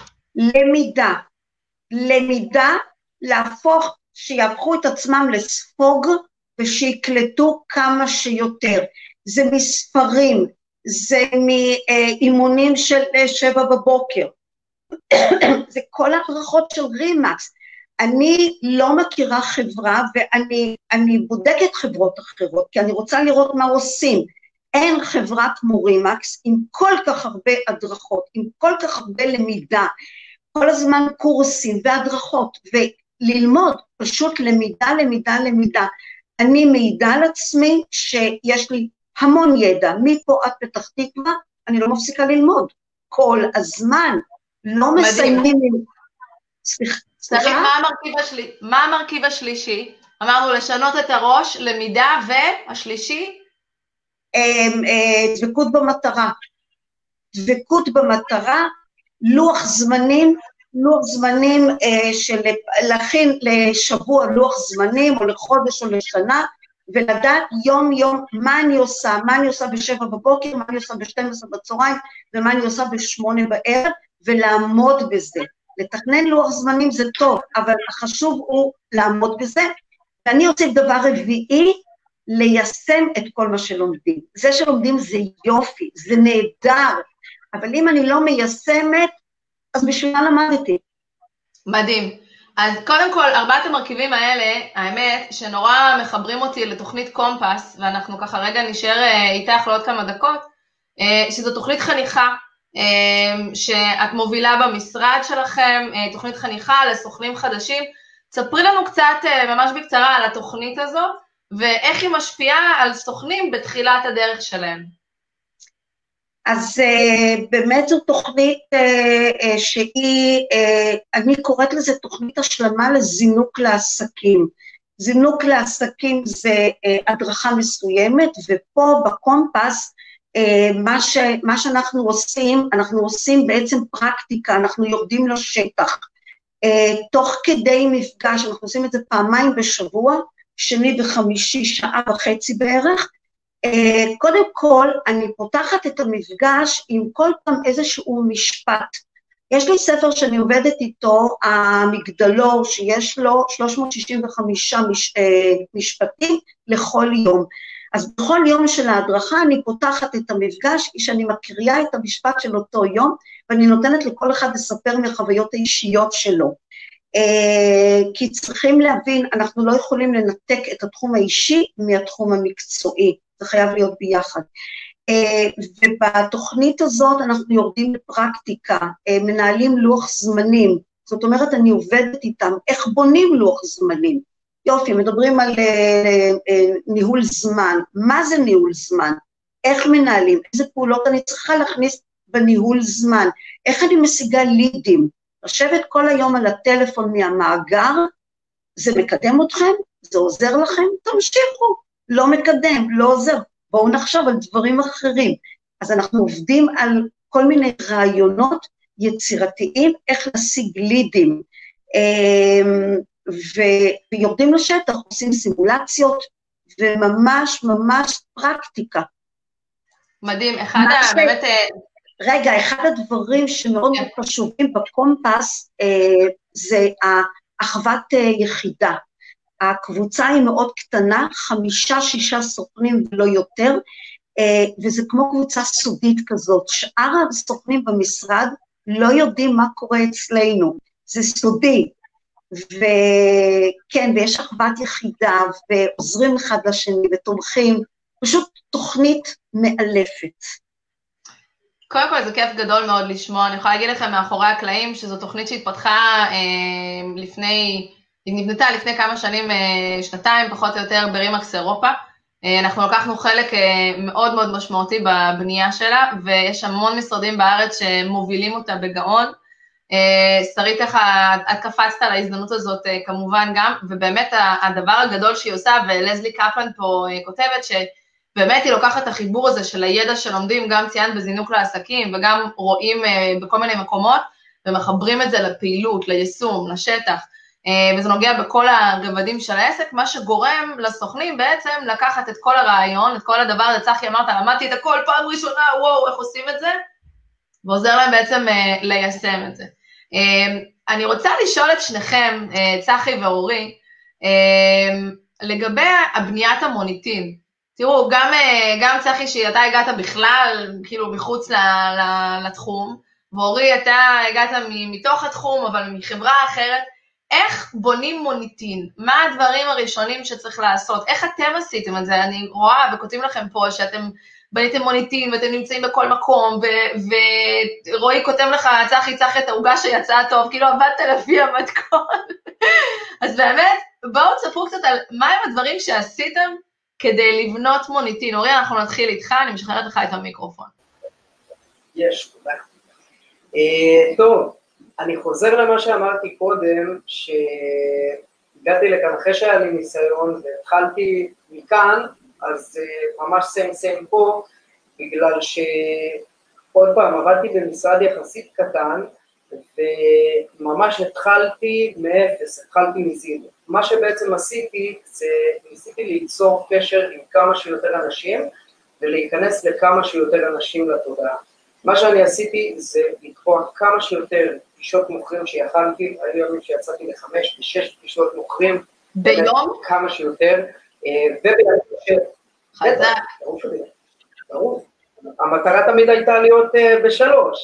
למידה, שיהפכו את עצמם לספוג, ושיקלטו כמה שיותר. זה מספרים, זה מאימונים של 7 בבוקר, זה כל ההדרכות של רימקס. אני לא מכירה חברה, ואני בודקת חברות אחרות, כי אני רוצה לראות מה עושים. אין חברה כמו רימקס, עם כל כך הרבה הדרכות, עם כל כך הרבה למידה, כל הזמן קורסים והדרכות, וללמוד, פשוט למידה. אני מעידה על עצמי שיש לי המון ידע, מפה עד פתח תקווה, אני לא מפסיקה ללמוד, כל הזמן, לא מסיימים. סליחה? מה המרכיב השלישי? אמרנו לשנות את הראש, למידה, והשלישי? דבקות במטרה, לוח זמנים של להכין לשבוע לוח זמנים, או לחודש או לשנה, ולדעת יום מה אני עושה ב7 בבוקר, מה אני עושה ב12 בצהריים, ומה אני עושה ב8 בערב, ולעמוד בזה. לתכנן לוח זמנים זה טוב, אבל החשוב הוא לעמוד בזה, ואני רוצה דבר רביעי, ליישם את כל מה שלומדים. זה שלומדים זה יופי, זה נהדר, אבל אם אני לא מיישמת, אז בשביל מה למדתי? מדהים. אז קודם כל, 4 המרכיבים האלה, האמת שנורא מחברים אותי לתוכנית קומפס, ואנחנו ככה רגע נשאר איתך לעוד כמה דקות, שזו תוכנית חניכה, שאת מובילה במשרד שלכם, תוכנית חניכה לסוכנים חדשים. תספרי לנו קצת ממש בקצרה על התוכנית הזאת, ואיך היא משפיעה על סוכנים בתחילת הדרך שלהם. אז באמת זו תוכנית אני קוראת לזה תוכנית השלמה לזינוק לעסקים. זינוק לעסקים זה הדרכה מסוימת, ופה בקומפס, מה שאנחנו עושים בעצם פרקטיקה, אנחנו יורדים לשטח. תוך כדי מפגש, אנחנו עושים את זה 2 בשבוע, שני וחמישי, 1.5 שעה בערך. קודם כל, אני פותחת את המפגש עם כל פעם איזשהו משפט. יש לי ספר שאני עובדת איתו, המגדלור, שיש לו 365 משפטים לכל יום. אז בכל יום של ההדרכה אני פותחת את המפגש, שאני מקריאה את המשפט של אותו יום, ואני נותנת לכל אחד לספר מהחוויות האישיות שלו. כי צריכים להבין, אנחנו לא יכולים לנתק את התחום האישי מהתחום המקצועי, זה חייב להיות ביחד. ובתוכנית הזאת אנחנו יורדים לפרקטיקה, מנהלים לוח זמנים, זאת אומרת אני עובדת איתם, איך בונים לוח זמנים, יופי, מדברים על ניהול זמן, מה זה ניהול זמן, איך מנהלים, איזה פעולות אני צריכה להכניס בניהול זמן, איך אני משיגה לידים, לשבת כל היום על הטלפון מהמאגר, זה מקדם אתכם, זה עוזר לכם, תמשיכו, לא מקדם, לא עוזר, בואו נחשוב על דברים אחרים, אז אנחנו עובדים על כל מיני רעיונות יצירתיים, איך להשיג לידים, ויורדים לשטח, עושים סימולציות, וממש ממש פרקטיקה. מדהים, באמת... רגע, אחד הדברים שמאוד חשובים בקומפס, זה אחוות יחידה. הקבוצה היא מאוד קטנה, 5-6 סוכנים ולא יותר, וזה כמו קבוצה סודית כזאת. שאר הסוכנים במשרד לא יודעים מה קורה אצלנו, זה סודי. וכן, ויש אחוות יחידה, ועוזרים אחד לשני ותומכים, פשוט תוכנית מאלפת. קודם כל זה כיף גדול מאוד לשמוע, אני יכולה להגיד לכם מאחורי הקלעים שזו תוכנית שהתפתחה היא נבנתה לפני כמה שנים, שנתיים פחות או יותר ברימקס אירופה, אנחנו לקחנו חלק מאוד מאוד משמעותי בבנייה שלה, ויש המון משרדים בארץ שמובילים אותה בגאון, שרית לך, את קפצת על ההזדמנות הזאת כמובן גם, ובאמת הדבר הגדול שהיא עושה, ולזלי קפלן פה כותבת שבאמת היא לוקחת את החיבור הזה של הידע שלומדים, גם ציינת בזינוק לעסקים, וגם רואים בכל מיני מקומות, ומחברים את זה לפעילות, ליישום, לשטח, וזה נוגע בכל הרבדים של העסק, מה שגורם לסוכנים בעצם לקחת את כל הרעיון, את כל הדבר הזה, צחי אמרת, למדתי את הכל פעם ראשונה, וואו, איך עושים את זה? ועוזר להם בעצם ליישם את זה. אני רוצה לשאול את שניכם, צחי ואורי, לגבי הבניית המוניטין. תראו, גם צחי שאתה הגעת בכלל, כאילו מחוץ לתחום, ואורי אתה הגעת מתוך התחום, אבל מחברה אחרת, איך בונים מוניטין? מה הדברים הראשונים שצריך לעשות? איך אתם עשיתם את זה? אני רואה וכותבים לכם פה שאתם בניתם מוניטין ואתם נמצאים בכל מקום, ורועי כותב לך, צחי את העוגה שיצאה טוב, כאילו עבדת לפי המתכון. אז באמת, בואו תספרו קצת על מה הם הדברים שעשיתם כדי לבנות מוניטין. אורי, אנחנו נתחיל איתך, אני משחררת לך את המיקרופון. יש, תודה. טוב. אני חוזר למה שאמרתי קודם, שהגעתי לכאן אחרי שהיה לי ניסיון, והתחלתי מכאן, אז ממש סיים פה, בגלל שעוד פעם עבדתי במשרד יחסית קטן, וממש התחלתי מאפס, התחלתי מזירו. מה שבעצם עשיתי, זה ניסיתי ליצור קשר עם כמה שיותר אנשים, ולהיכנס לכמה שיותר אנשים לתודעה. מה שאני עשיתי זה לקבוע כמה שיותר פגישות מוכרים שיכלתי, היו ימים שיצאתי ל5 ו6 פגישות מוכרים. ביום? כמה שיותר, וביום חזק. ברור. המטרה תמיד הייתה להיות ב3,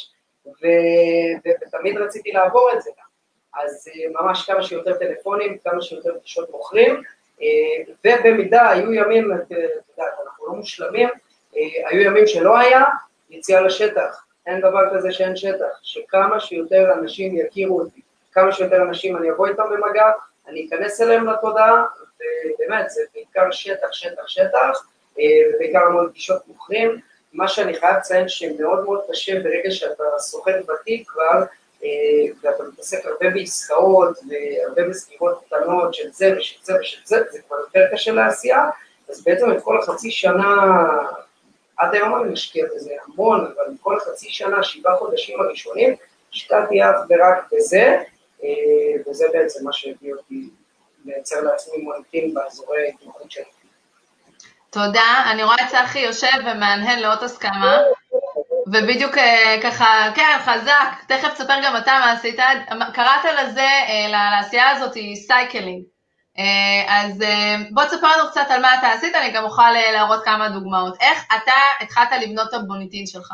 ותמיד רציתי לעבור את זה. אז ממש כמה שיותר טלפונים, כמה שיותר פגישות מוכרים, ובמידה היו ימים, אנחנו לא מושלמים, היו ימים שלא היה, יציאה לשטח, אין דבר כזה שאין שטח, שכמה שיותר אנשים יכירו אותי, כמה שיותר אנשים אני אבוא איתם במגע, אני אכנס אליהם לתודעה, ובאמת זה בעיקר שטח, ובעיקר המון פגישות מוכרים, מה שאני חייב לציין שמאוד מאוד קשה ברגע שאתה סוחר ותיק כבר, ואתה מתעסק הרבה בעסקאות, והרבה בסגירות קטנות של זה ושל זה ושל זה, זה כבר יותר קשה לעשייה, אז בעצם את כל החצי שנה, עד היום אני משקיע בזה המון, אבל כל חצי שנה, 7 חודשים הראשונים, השקעתי אך ורק בזה, וזה בעצם מה שהביא אותי לייצר לעצמי מוניטין באזורי ההתמחות שלי. תודה, אני רואה את צחי יושב ומענהן לאות הסכמה, ובדיוק ככה, כן, חזק, תכף תספר גם אתה מה עשית, קראת לזה, לעשייה הזאת סייקלינג, אז בוא תספר לנו קצת על מה אתה עשית, אני גם אוכל להראות כמה דוגמאות. איך אתה התחלת לבנות את המוניטין שלך?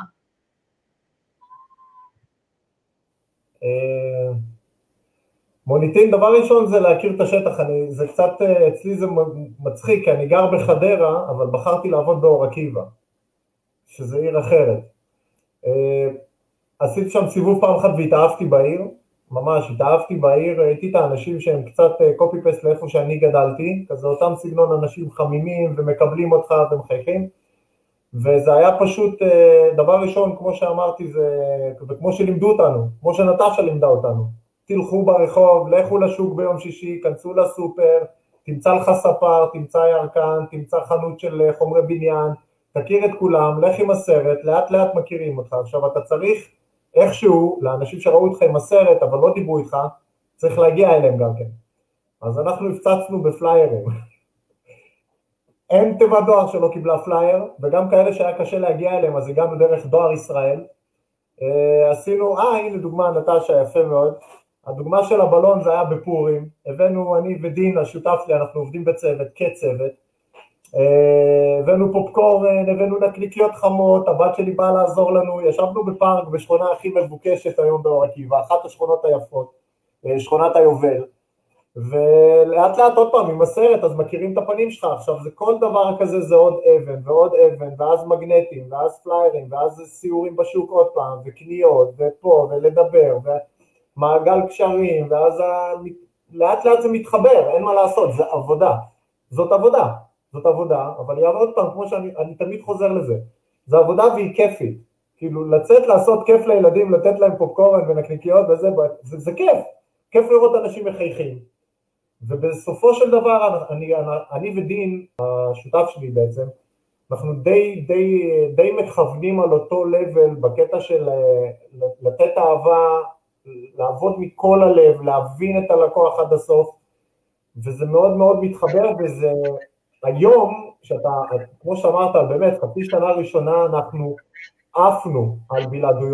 מוניטין, דבר ראשון זה להכיר את השטח, זה קצת, אצלי זה מצחיק, כי אני גר בחדרה, אבל בחרתי לעבוד באור עקיבא, שזה עיר אחרת. עשיתי שם סיבוב פעם אחת והתאהבתי בעיר, ממש התאהבתי בעיר, ראיתי את האנשים שהם קצת קופי-פסט לאיפה שאני גדלתי, כזה אותם סגנון אנשים חמימים ומקבלים אותך ומחייכים, וזה היה פשוט דבר ראשון, כמו שאמרתי, וכמו שלימדו אותנו, כמו שנטשה לימדה אותנו, תלכו ברחוב, לכו לשוק ביום שישי, כנסו לסופר, תמצא לך ספר, תמצא ירקן, תמצא חנות של חומרי בניין, תכיר את כולם, לך עם הסרט, לאט לאט מכירים אותך. עכשיו אתה צריך איכשהו, לאנשים שראו אותך עם הסרט, אבל לא דיברו איתך, צריך להגיע אליהם גם כן. אז אנחנו הפצצנו בפליירים. אין תיבת דואר שלא קיבלה פלייר, וגם כאלה שהיה קשה להגיע אליהם, אז הגענו דרך דואר ישראל. עשינו, הנה דוגמה נטשה, יפה מאוד. הדוגמה של הבלון זה היה בפורים, הבאנו אני ודין, השותף לי, אנחנו עובדים בצוות, כצוות, הבאנו פופקורן, הבאנו נקניקיות חמות, הבת שלי באה לעזור לנו, ישבנו בפארק בשכונה הכי מבוקשת היום באור עקיבא, אחת השכונות היפות, שכונת היובל, ולאט לאט עוד פעם, עם הסרט, אז מכירים את הפנים שלך, עכשיו זה כל דבר כזה זה עוד אבן ועוד אבן, ואז מגנטים, ואז פליירים, ואז סיורים בשוק עוד פעם, וקניות, ופה, ולדבר, ומעגל קשרים, ואז לאט לאט זה מתחבר, אין מה לעשות, זה עבודה, זאת עבודה, אבל היא עוד פעם, כמו שאני תמיד חוזר לזה, זה עבודה והיא כיפית, כאילו לצאת לעשות כיף לילדים, לתת להם פופקורן ונקניקיות וזה, זה כיף לראות אנשים מחייכים, ובסופו של דבר אני ודין, השותף שלי בעצם, אנחנו די מכוונים על אותו לבל בקטע של לתת אהבה, לעבוד מכל הלב, להבין את הלקוח עד הסוף, וזה מאוד מאוד מתחבר, וזה היום, שאתה, כמו שאמרת, באמת, חצי שנה ראשונה אנחנו עפנו על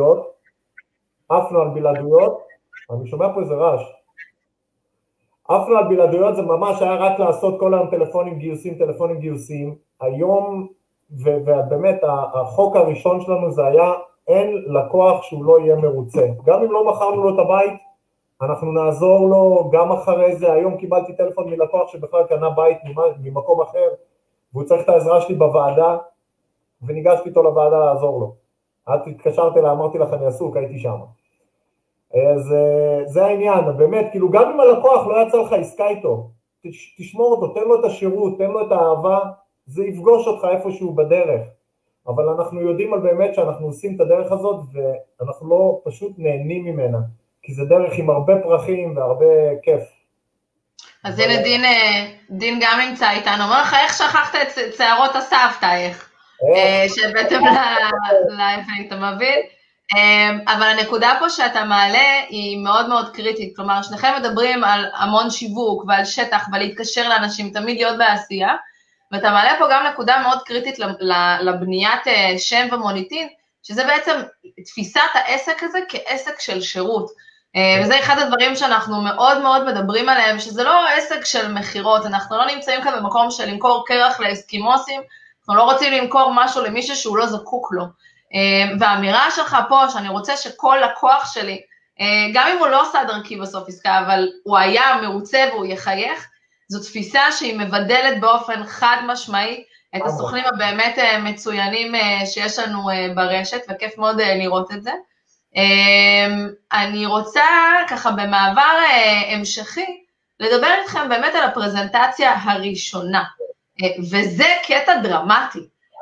בלעדויות, אני שומע פה איזה רעש, עפנו על בלעדויות, זה ממש היה רק לעשות כל היום טלפונים גיוסים, היום, ובאמת החוק הראשון שלנו זה היה, אין לקוח שהוא לא יהיה מרוצה, גם אם לא מכרנו לו את הבית, אנחנו נעזור לו, גם אחרי זה, היום קיבלתי טלפון מלקוח שבכלל קנה בית ממקום אחר, והוא צריך את העזרה שלי בוועדה, וניגשתי איתו לוועדה לעזור לו. את התקשרת אליי, אמרתי לך, אני עסוק, הייתי שם. אז זה העניין, באמת, כאילו גם אם הלקוח לא יצא לך עסקה איתו, תשמור אותו, תן לו את השירות, תן לו את האהבה, זה יפגוש אותך איפשהו בדרך. אבל אנחנו יודעים על באמת שאנחנו עושים את הדרך הזאת, ואנחנו לא פשוט נהנים ממנה, כי זה דרך עם הרבה פרחים והרבה כיף. אז הנה דין גם נמצא איתנו, אומר לך, איך שכחת את שערות הסבתא, שבאתם לאפנינג, אתה מבין? אבל הנקודה פה שאתה מעלה היא מאוד מאוד קריטית, כלומר, שניכם מדברים על המון שיווק ועל שטח ולהתקשר לאנשים, תמיד להיות בעשייה, ואתה מעלה פה גם נקודה מאוד קריטית לבניית שם ומוניטין, שזה בעצם תפיסת העסק הזה כעסק של שירות, וזה אחד הדברים שאנחנו מאוד מאוד מדברים עליהם, שזה לא עסק של מחירות, אנחנו לא נמצאים כאן במקום של למכור קרח לאסקימוסים, אנחנו לא רוצים למכור משהו למישהו שהוא לא זקוק לו, והאמירה שלך פה, שאני רוצה שכל לקוח שלי, גם אם הוא לא עושה דרכי בסוף עסקה, אבל הוא היה מרוצה והוא יחייך, זו תפיסה שהיא מבדלת באופן חד משמעי, את הסוכנים הבאמת מצוינים שיש לנו ברשת, וכיף מאוד לראות את זה. אני רוצה ככה במעבר המשכי, לדבר איתכם באמת על הפרזנטציה הראשונה, וזה קטע דרמטי.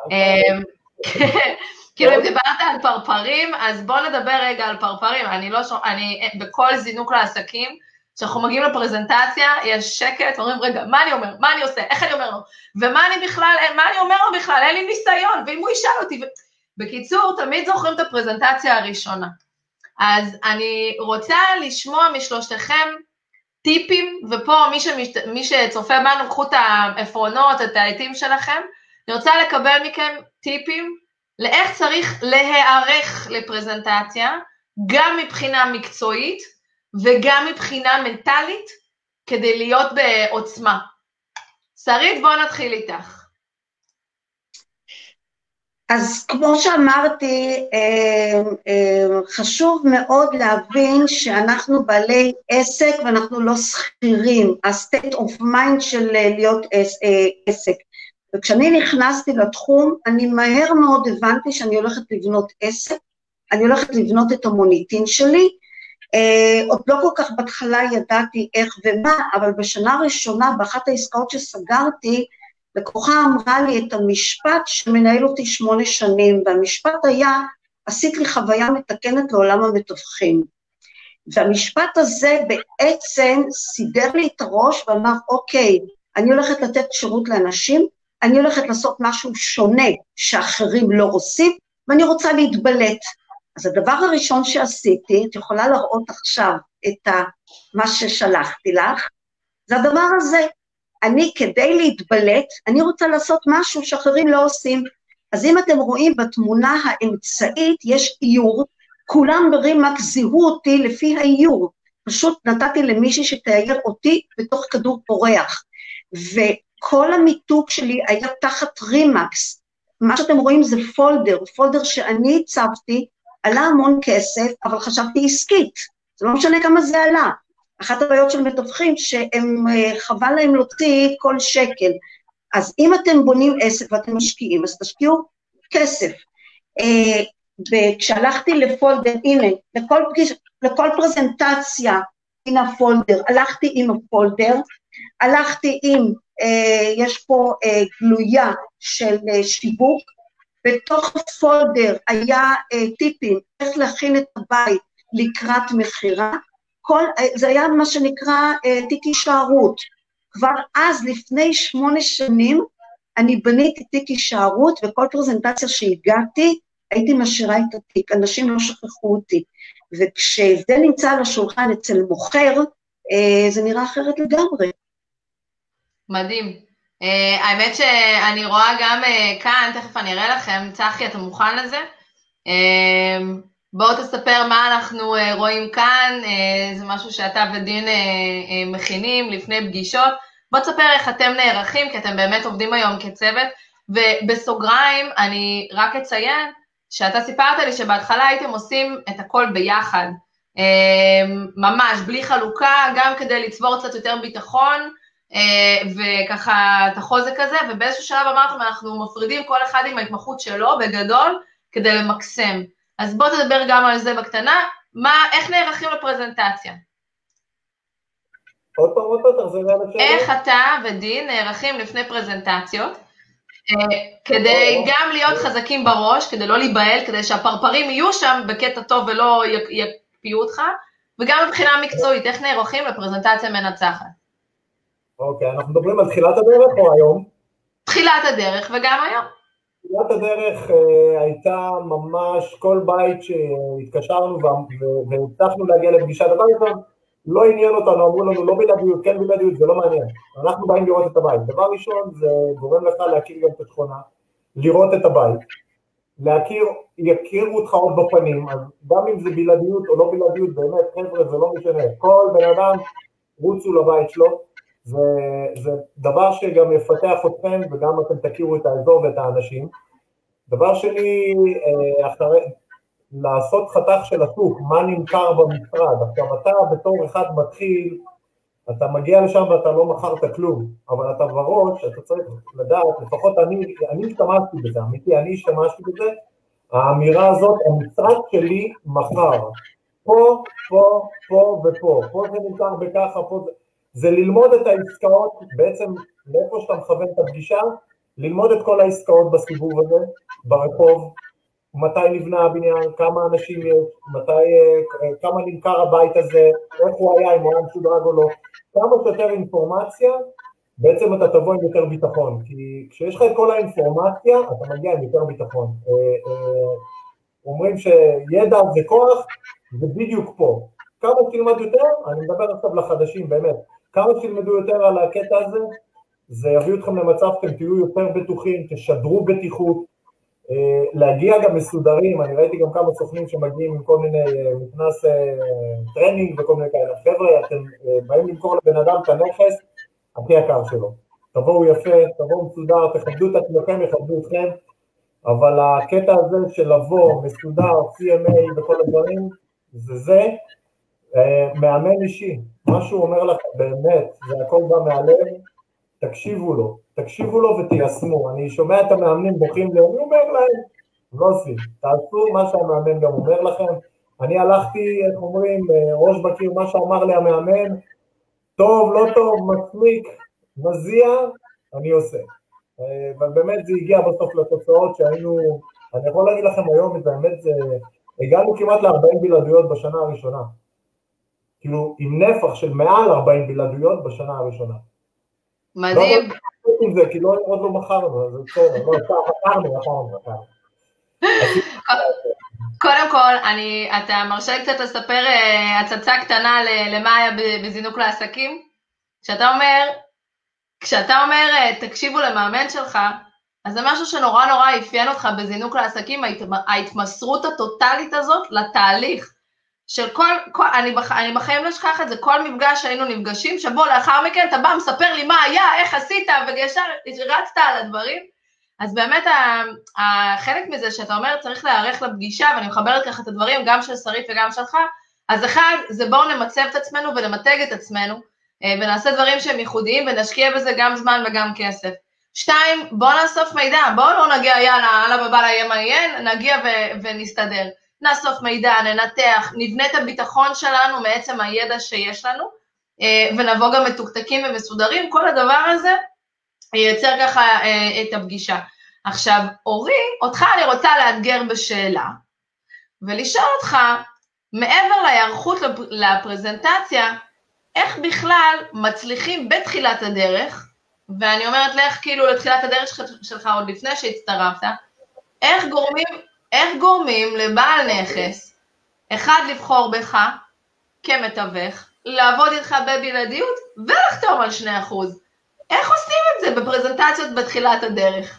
כאילו אם דיברת על פרפרים, אז בואו נדבר רגע על פרפרים, אני בכל זינוק לעסקים, כשאנחנו מגיעים לפרזנטציה, יש שקט, אומרים רגע, מה אני אומר, מה אני עושה, איך אני אומר לו, ומה אני אומר לו בכלל, אין לי ניסיון, ואם הוא ישאל אותי, בקיצור, תמיד זוכרים את הפרזנטציה הראשונה. אז אני רוצה לשמוע משלושתכם טיפים, ופה מי שצופה בנו, קחו את העפרונות, את העטים שלכם, אני רוצה לקבל מכם טיפים, לאיך צריך להיערך לפרזנטציה, גם מבחינה מקצועית, וגם מבחינה מנטלית, כדי להיות בעוצמה. שרית, בוא נתחיל איתך. אז כמו שאמרתי, חשוב מאוד להבין שאנחנו בעלי עסק, ואנחנו לא שכירים, ה-state of mind של להיות עסק. וכשאני נכנסתי לתחום, אני מהר מאוד הבנתי שאני הולכת לבנות עסק, אני הולכת לבנות את המוניטין שלי, עוד לא כל כך בהתחלה ידעתי איך ומה, אבל בשנה הראשונה, באחת העסקאות שסגרתי, לקוחה אמרה לי את המשפט שמנהל אותי 8 שנים, והמשפט היה, עשית לי חוויה מתקנת לעולם המתווכים. והמשפט הזה בעצם סידר לי את הראש ואמר, אוקיי, אני הולכת לתת שירות לאנשים, אני הולכת לעשות משהו שונה שאחרים לא עושים, ואני רוצה להתבלט. אז הדבר הראשון שעשיתי, את יכולה להראות עכשיו את מה ששלחתי לך, זה הדבר הזה. אני כדי להתבלט, אני רוצה לעשות משהו שאחרים לא עושים. אז אם אתם רואים בתמונה האמצעית, יש איור, כולם ברימק זיהו אותי לפי האיור, פשוט נתתי למישהי שתאייר אותי בתוך כדור פורח, וכל המיתוג שלי היה תחת רימקס, מה שאתם רואים זה פולדר שאני הצבתי, עלה המון כסף, אבל חשבתי עסקית, זה לא משנה כמה זה עלה, אחת הבעיות של מתווכים שהם חבל להם להוציא כל שקל, אז אם אתם בונים עסק ואתם משקיעים, אז תשקיעו כסף. וכשהלכתי לפולדר, הנה, לכל פרזנטציה, הנה הפולדר, הלכתי עם הפולדר, הלכתי עם, יש פה גלויה של שיווק, בתוך הפולדר היה טיפים, איך להכין את הבית לקראת מחירה, זה היה מה שנקרא תיק הישארות, כבר אז לפני 8 שנים, אני בניתי תיק הישארות, וכל פרזנטציה שהגעתי, הייתי משאירה את התיק, אנשים לא שכחו אותי, וכשזה נמצא על השולחן אצל מוכר, זה נראה אחרת לגמרי. מדהים. האמת שאני רואה גם כאן, תכף אני אראה לכם, צחי, אתה מוכן לזה? בואו תספר מה אנחנו רואים כאן, זה משהו שאתה ודין מכינים לפני פגישות, בואו תספר איך אתם נערכים, כי אתם באמת עובדים היום כצוות, ובסוגריים אני רק אציין, שאתה סיפרת לי שבהתחלה הייתם עושים את הכל ביחד, ממש בלי חלוקה, גם כדי לצבור קצת יותר ביטחון, וככה את החוזק הזה, ובאיזשהו שלב אמרתם, אנחנו מפרידים כל אחד עם ההתמחות שלו בגדול, כדי למקסם. אז בוא תדבר גם על זה בקטנה, איך נערכים לפרזנטציה? עוד פעם, תחזרי על השאלה. איך אתה ודין נערכים לפני פרזנטציות, כדי גם להיות חזקים בראש, כדי לא להיבהל, כדי שהפרפרים יהיו שם בקטע טוב ולא יפיעו אותך, וגם מבחינה מקצועית, איך נערכים לפרזנטציה מנצחת? אוקיי, אנחנו מדברים על תחילת הדרך או היום? תחילת הדרך וגם היום. תחילת הדרך הייתה ממש כל בית שהתקשרנו והצלחנו להגיע לפגישה, דבר ראשון, לא עניין אותנו, אמרו לנו לא בלעדיות, כן בלעדיות, זה לא מעניין. אנחנו באים לראות את הבית. דבר ראשון, זה גורם לך להכיר גם את השכונה, לראות את הבית, יכירו אותך עוד בפנים, אז גם אם זה בלעדיות או לא בלעדיות, באמת, חבר'ה, זה לא משנה. כל בן אדם רוצו לבית שלו, זה דבר שגם יפתח אתכם, וגם אתם תכירו את האזור ואת האנשים. דבר שני, לעשות חתך של השוק, מה נמכר במשרד. עכשיו אתה בתור אחד מתחיל, אתה מגיע לשם ואתה לא מכרת כלום, אבל אתה בראש, אתה צריך לדעת, לפחות אני השתמשתי בזה, אמיתי, אני השתמשתי בזה, האמירה הזאת, המשרד שלי מכר, פה, פה, פה ופה, פה זה נמכר בככה, פה זה ללמוד את העסקאות, בעצם לאיפה שאתה מכוון את הפגישה, ללמוד את כל העסקאות בסיבוב הזה, ברחוב, מתי נבנה הבניין, כמה אנשים יש, כמה נמכר הבית הזה, איך הוא היה, אם הוא היה משודרג או לא, כמה שיותר אינפורמציה, בעצם אתה תבוא עם יותר ביטחון, כי כשיש לך את כל האינפורמציה, אתה מגיע עם יותר ביטחון. אומרים שידע זה כוח, זה בדיוק פה. כמה שתלמד יותר, אני מדבר עכשיו לחדשים, באמת, כמה שתלמדו יותר על הקטע הזה, זה יביא אתכם למצב, אתם תהיו יותר בטוחים, תשדרו בטיחות, להגיע גם מסודרים, אני ראיתי גם כמה סוכנים שמגיעים עם כל מיני מכנס טרנינג וכל מיני כאלה, חבר'ה, אתם באים למכור לבן אדם את הנכס הכי יקר שלו, תבואו יפה, תבואו מסודר, תכבדו את עצמכם, יכבדו אתכם, אבל הקטע הזה של לבוא מסודר, CMA וכל הדברים, זה מאמן אישי, מה שהוא אומר לך באמת, זה הכל בא מהלב, תקשיבו לו ותיישמו. אני שומע את המאמנים בוכים לי, אני אומר להם, לא עושים, תעשו מה שהמאמן גם אומר לכם. אני הלכתי, איך אומרים, ראש בקיר, מה שאמר לי המאמן, טוב, לא טוב, מצמיק, מזיע, אני עושה. אבל באמת זה הגיע בסוף לתוצאות שהיינו, אני יכול להגיד לכם היום, את האמת, הגענו כמעט ל-40 בלעדויות בשנה הראשונה. כאילו, עם נפח של מעל 40 בלעדויות בשנה הראשונה. מדהים. לא זה, כי עוד לא מכרנו, זה בסדר, לא, מכרנו. קודם כל, אתה מרשה לי קצת לספר הצצה קטנה למה היה בזינוק לעסקים? כשאתה אומר, תקשיבו למאמן שלך, אז זה משהו שנורא אפיין אותך בזינוק לעסקים, ההתמסרות הטוטלית הזאת לתהליך. של אני בחיים לא אשכח את זה, כל מפגש שהיינו נפגשים, שבו לאחר מכן אתה בא מספר לי מה היה, איך עשית, וישר רצת על הדברים, אז באמת חלק מזה שאתה אומר צריך להיערך לפגישה, ואני מחברת ככה את הדברים גם של שרית וגם שלך, אז אחד, זה בואו נמצב את עצמנו ונמתג את עצמנו, ונעשה דברים שהם ייחודיים, ונשקיע בזה גם זמן וגם כסף. 2, בואו נאסוף מידע, בואו לא נגיע, יאללה בבא יהיה מה יהיה, נגיע ונסתדר. נאסוף מידע, ננתח, נבנה את הביטחון שלנו מעצם הידע שיש לנו, ונבוא גם מתוקתקים ומסודרים, כל הדבר הזה ייצר ככה את הפגישה. עכשיו, אורי, אותך אני רוצה לאתגר בשאלה, ולשאול אותך, מעבר להיערכות לפרזנטציה, איך בכלל מצליחים בתחילת הדרך, ואני אומרת לך כאילו לתחילת הדרך שלך עוד לפני שהצטרפת, איך גורמים לבעל נכס, אחד לבחור בך כמתווך, לעבוד איתך בבלעדיות ולחתום על 2%. איך עושים את זה בפרזנטציות בתחילת הדרך?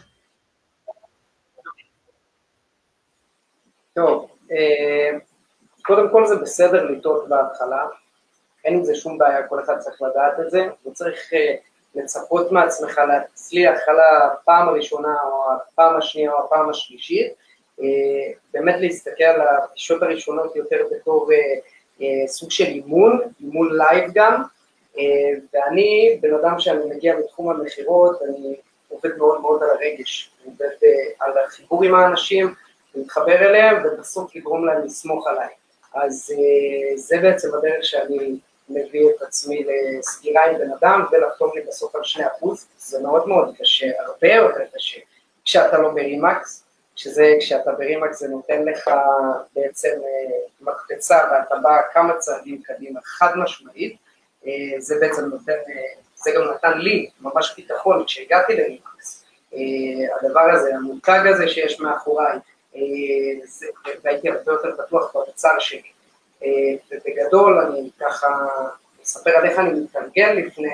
טוב, קודם כל זה בסדר לטעות בהתחלה, אין עם זה שום בעיה, כל אחד צריך לדעת את זה, וצריך לצפות מעצמך להצליח על הפעם הראשונה או הפעם השנייה או הפעם השלישית, באמת להסתכל על הפגישות הראשונות יותר בתור סוג של אימון לייב גם, ואני בן אדם שאני מגיע בתחום המחירות, אני עובד מאוד מאוד על הרגש, אני עובד על החיבור עם האנשים, להתחבר אליהם ובסוף לגרום להם לסמוך עליי. אז זה בעצם הדרך שאני מביא את עצמי לסגירה עם בן אדם ולחתום לי בסוף על 2%, זה מאוד מאוד קשה, הרבה יותר קשה, כשאתה לא ברימקס, כשאתה ברימקס זה נותן לך בעצם מקפצה ואתה בא כמה צעדים קדימה, חד משמעית, זה בעצם נותן, זה גם נתן לי ממש ביטחון כשהגעתי לרימקס, הדבר הזה, המותג הזה שיש מאחוריי, והייתי הרבה יותר בטוח במוצר שלי. ובגדול אני ככה אספר על איך אני מתגלגל לפני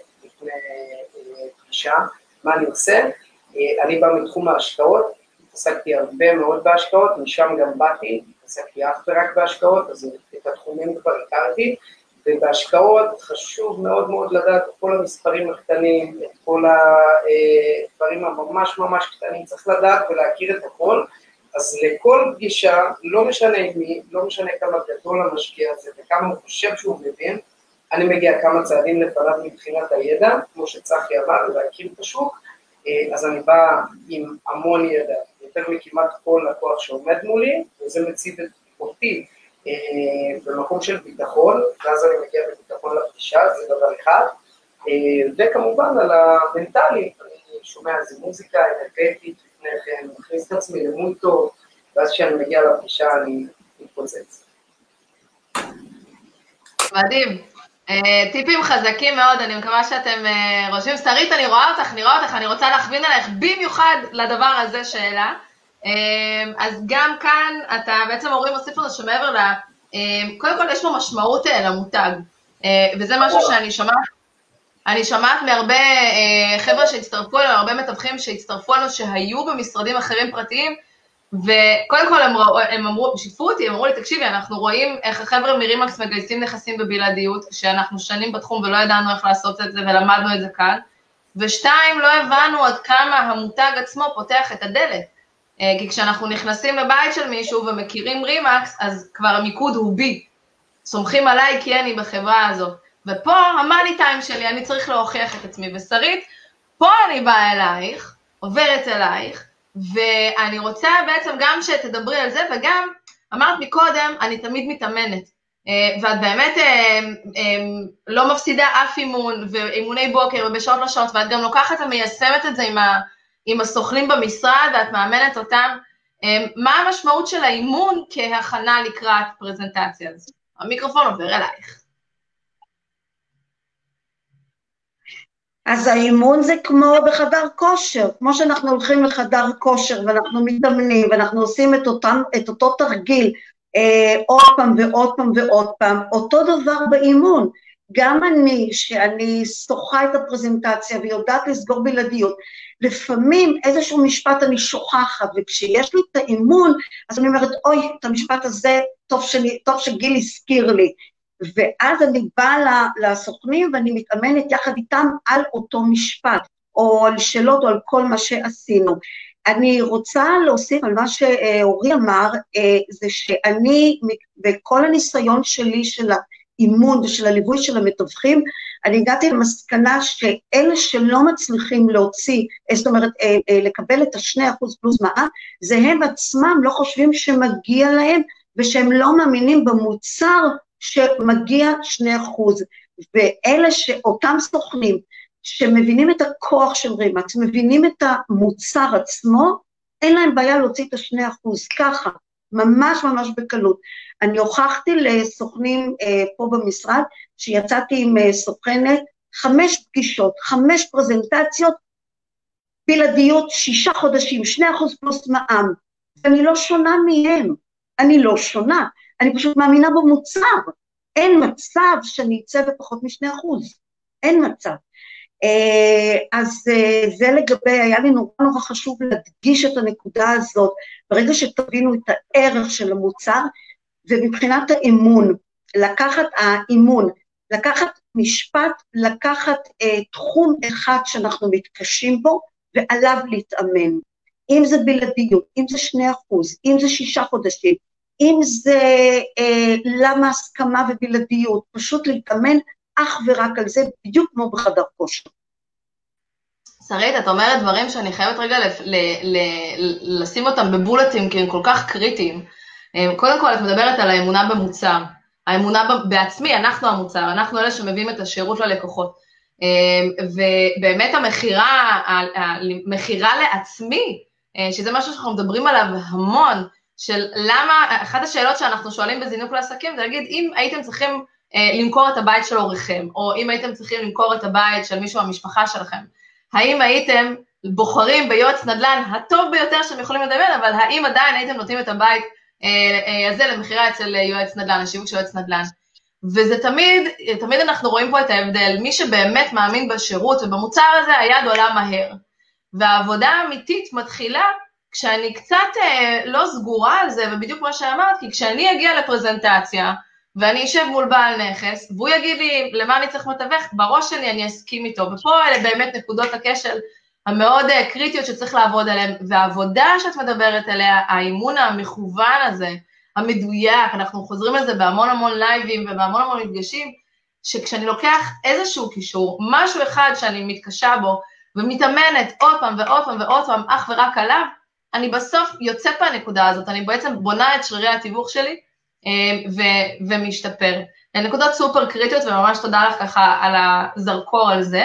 פגישה, מה אני עושה. אני בא מתחום ההשקעות, התעסקתי הרבה מאוד בהשקעות, משם גם באתי, התעסקתי אך ורק בהשקעות, אז את התחומים כבר הכרתי, ובהשקעות חשוב מאוד מאוד לדעת את כל המספרים הקטנים, את כל הדברים הממש ממש קטנים, צריך לדעת ולהכיר את הכל, אז לכל פגישה, לא משנה מי, לא משנה כמה גדול המשקיע הזה וכמה הוא חושב שהוא מבין, אני מגיע כמה צעדים לפניו מבחינת הידע, כמו שצחי אמר, להכיר את השוק, אז אני בא עם המון ידע, יותר מכמעט כל לקוח שעומד מולי, וזה מציב אותי במקום של ביטחון, ואז אני מגיע בביטחון לפגישה, זה דבר אחד, וכמובן על המנטלי, אני שומע איזה מוזיקה אנרגטית, אני מכניס את עצמי למול טוב, ואז כשאני מגיע לפגישה אני מתפוצץ. מדהים, טיפים חזקים מאוד, אני מקווה שאתם רושמים. שרית, אני רואה אותך, אני רוצה להכווין עליך במיוחד לדבר הזה שאלה, אז גם כאן אתה בעצם אומרים, מוסיף לנו שמעבר לה, קודם כל יש לו משמעות למותג, וזה משהו אני שומעת מהרבה חבר'ה שהצטרפו אלינו, הרבה מתווכים שהצטרפו אלינו, שהיו במשרדים אחרים פרטיים, וקודם כל הם אמרו, שיתפו אותי, הם אמרו לי, תקשיבי, אנחנו רואים איך החבר'ה מרימקס מגייסים נכסים בבלעדיות, שאנחנו שנים בתחום ולא ידענו איך לעשות את זה, ולמדנו את זה כאן, ושתיים, לא הבנו עד כמה המותג עצמו פותח את הדלת, כי כשאנחנו נכנסים לבית של מישהו ומכירים רימקס, אז כבר המיקוד הוא בי, סומכים עליי כי אני בחברה הזאת, ופה המאני טיים שלי, אני צריך להוכיח את עצמי, ושרית, פה אני באה אלייך, עוברת אלייך, ואני רוצה בעצם גם שתדברי על זה, וגם אמרת מקודם, אני תמיד מתאמנת, ואת באמת לא מפסידה אף אימון, ואימוני בוקר ובשעות לא שעות, ואת גם לוקחת ומיישמת את זה עם הסוכנים במשרד, ואת מאמנת אותם, מה המשמעות של האימון כהכנה לקראת פרזנטציה הזו? המיקרופון עובר אלייך. אז האימון זה כמו בחדר כושר, כמו שאנחנו הולכים לחדר כושר ואנחנו מתאמנים ואנחנו עושים את אותו תרגיל עוד פעם ועוד פעם ועוד פעם, אותו דבר באימון, גם שאני שוחה את הפרזנטציה ויודעת לסגור בלעדיות, לפעמים איזשהו משפט אני שוכחת, וכשיש לי את האימון, אז אני אומרת, אוי, את המשפט הזה טוב שגיל הזכיר לי, ואז אני באה לסוכנים ואני מתאמנת יחד איתם על אותו משפט, או על שאלות או על כל מה שעשינו. אני רוצה להוסיף על מה שאורי אמר, זה שאני, בכל הניסיון שלי של האימון ושל הליווי של המתווכים, אני הגעתי למסקנה שאלה שלא מצליחים להוציא, זאת אומרת, לקבל את ה2% פלוס מע"מ, זה הם עצמם לא חושבים שמגיע להם, ושהם לא מאמינים במוצר שמגיע 2%. ואלה שאותם סוכנים, שמבינים את הכוח של רימקס, מבינים את המוצר עצמו, אין להם בעיה להוציא את ה2%, ככה, ממש ממש בקלות. אני הוכחתי לסוכנים פה במשרד, שיצאתי עם סוכנת, 5 פגישות, 5 פרזנטציות, בלעדיות, 6 חודשים, 2% פלוס מע"מ, ואני לא שונה מהם, אני לא שונה, אני פשוט מאמינה במוצר, אין מצב שאני אצא בפחות מ2%, אין מצב. אז זה לגבי, היה לי נורא חשוב להדגיש את הנקודה הזאת, ברגע שתבינו את הערך של המוצר, ומבחינת האימון, לקחת משפט, לקחת תחום אחד שאנחנו מתקשים בו, ועליו להתאמן, אם זה בלעדיות, אם זה 2%, אם זה 6 חודשים, אם זה למה הסכמה ובלעדיות, פשוט להתאמן אך ורק על זה, בדיוק כמו בחדר כושר. שרית, את אומרת דברים שאני חייבת רגע לשים אותם בבולטים, כי הם כל כך קריטיים. קודם כל, את מדברת על האמונה במוצר, האמונה בעצמי, אנחנו המוצר, אנחנו אלה שמביאים את השירות ללקוחות. ובאמת המחירה לעצמי, שזה משהו שאנחנו מדברים עליו המון, של למה, אחת השאלות שאנחנו שואלים בזינוק לעסקים, זה להגיד, אם הייתם צריכים למכור את הבית של הוריכם, או אם הייתם צריכים למכור את הבית של מישהו במשפחה שלכם, האם הייתם בוחרים ביועץ נדל"ן הטוב ביותר שאתם יכולים לדמיין, אבל האם עדיין הייתם נותנים את הבית הזה למחירה אצל יועץ נדל"ן, השיווק של יועץ נדל"ן? וזה תמיד אנחנו רואים פה את ההבדל, מי שבאמת מאמין בשירות ובמוצר הזה, היד עולה מהר. והעבודה האמיתית מתחילה כשאני קצת לא סגורה על זה, ובדיוק מה שאמרת, כי כשאני אגיע לפרזנטציה, ואני אשב מול בעל נכס, והוא יגיד לי למה אני צריך מתווך, בראש שלי אני אסכים איתו, ופה אלה באמת נקודות הקשר המאוד קריטיות שצריך לעבוד עליהן, והעבודה שאת מדברת עליה, האימון המכוון הזה, המדויק, אנחנו חוזרים על זה בהמון לייבים ובהמון מפגשים, שכשאני לוקח איזשהו קישור, משהו אחד שאני מתקשה בו, ומתאמנת עוד פעם ועוד פעם, אך ורק עליו, אני בסוף יוצאת מהנקודה הזאת, אני בעצם בונה את שרירי התיווך שלי, ומשתפר. נקודות סופר קריטיות, וממש תודה לך ככה על הזרקור על זה.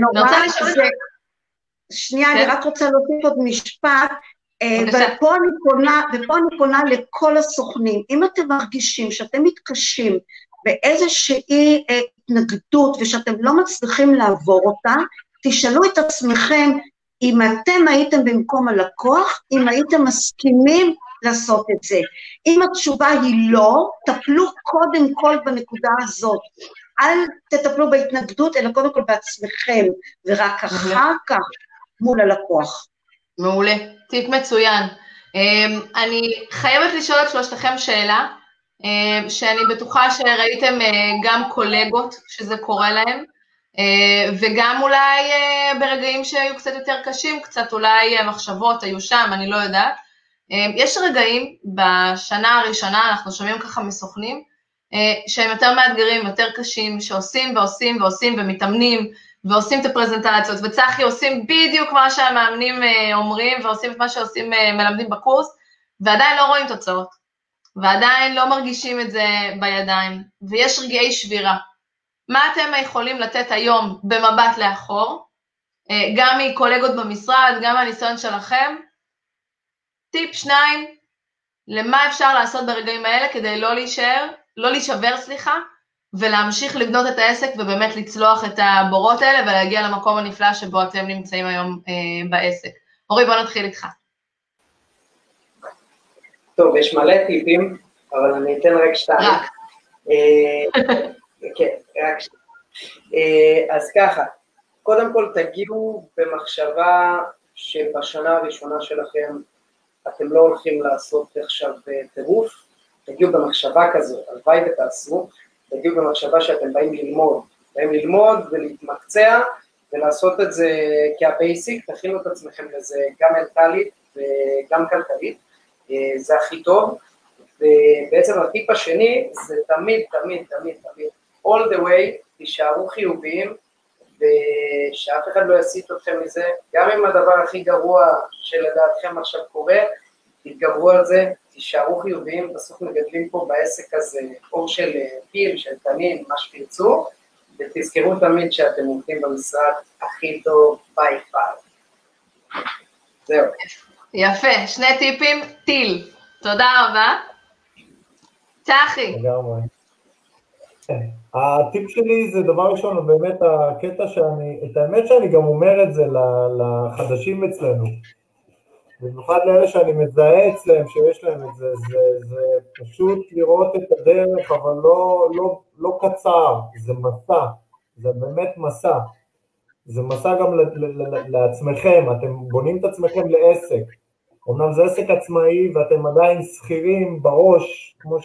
שנייה, אני רק רוצה להוסיף עוד משפט, ופה אני פונה לכל הסוכנים, אם אתם מרגישים שאתם מתקשים באיזושהי התנגדות, ושאתם לא מצליחים לעבור אותה, תשאלו את עצמכם, אם אתם הייתם במקום הלקוח, אם הייתם מסכימים לעשות את זה. אם התשובה היא לא, טפלו קודם כל בנקודה הזאת. אל תטפלו בהתנגדות, אלא קודם כל בעצמכם, ורק אחר כך מול הלקוח. מעולה, טיפ מצוין. אני חייבת לשאול את שלושתכם שאלה, שאני בטוחה שראיתם גם קולגות שזה קורה להם, וגם אולי ברגעים שהיו קצת יותר קשים, קצת אולי מחשבות היו שם, אני לא יודעת. יש רגעים בשנה הראשונה, אנחנו שומעים ככה מסוכנים, שהם יותר מאתגרים, יותר קשים, שעושים ועושים ועושים ומתאמנים, ועושים את הפרזנטציות, וצחי עושים בדיוק מה שהמאמנים אומרים, ועושים את מה שעושים מלמדים בקורס, ועדיין לא רואים תוצאות, ועדיין לא מרגישים את זה בידיים, ויש רגעי שבירה. מה אתם יכולים לתת היום במבט לאחור, גם מקולגות במשרד, גם מהניסיון שלכם? טיפ 2, למה אפשר לעשות ברגעים האלה כדי לא להישבר, ולהמשיך לבנות את העסק ובאמת לצלוח את הבורות האלה ולהגיע למקום הנפלא שבו אתם נמצאים היום בעסק. אורי, בוא נתחיל איתך. טוב, יש מלא טיפים, אבל אני אתן רק 2. כן, רק 2. אז ככה, קודם כל תגיעו במחשבה שבשנה הראשונה שלכם אתם לא הולכים לעשות עכשיו טירוף, תגיעו במחשבה כזו, הלוואי ותעשו, תגיעו במחשבה שאתם באים ללמוד ולהתמקצע ולעשות את זה כהבייסיק, תכינו את עצמכם לזה גם מנטלית, וגם כלכלית, זה הכי טוב, ובעצם הטיפ השני זה תמיד, all the way, תישארו חיוביים, ושאף אחד לא יסיט אתכם מזה, גם אם הדבר הכי גרוע שלדעתכם עכשיו קורה, תתגברו על זה, תישארו חיוביים, בסוף מגדלים פה בעסק הזה אור של פיל, של תנין, מה שתרצו, ותזכרו תמיד שאתם עובדים במשרד הכי טוב ביי פאר. זהו. יפה, 2 טיפים, טיל. תודה רבה. צחי. לגמרי. הטיפ שלי זה דבר ראשון, באמת הקטע את האמת שאני גם אומר את זה לחדשים אצלנו, במיוחד לאלה שאני מזהה אצלם, שיש להם את זה, זה פשוט לראות את הדרך, אבל לא קצר, זה מסע, זה באמת מסע, זה מסע גם לעצמכם, אתם בונים את עצמכם לעסק, אומנם זה עסק עצמאי ואתם עדיין שכירים בראש, כמו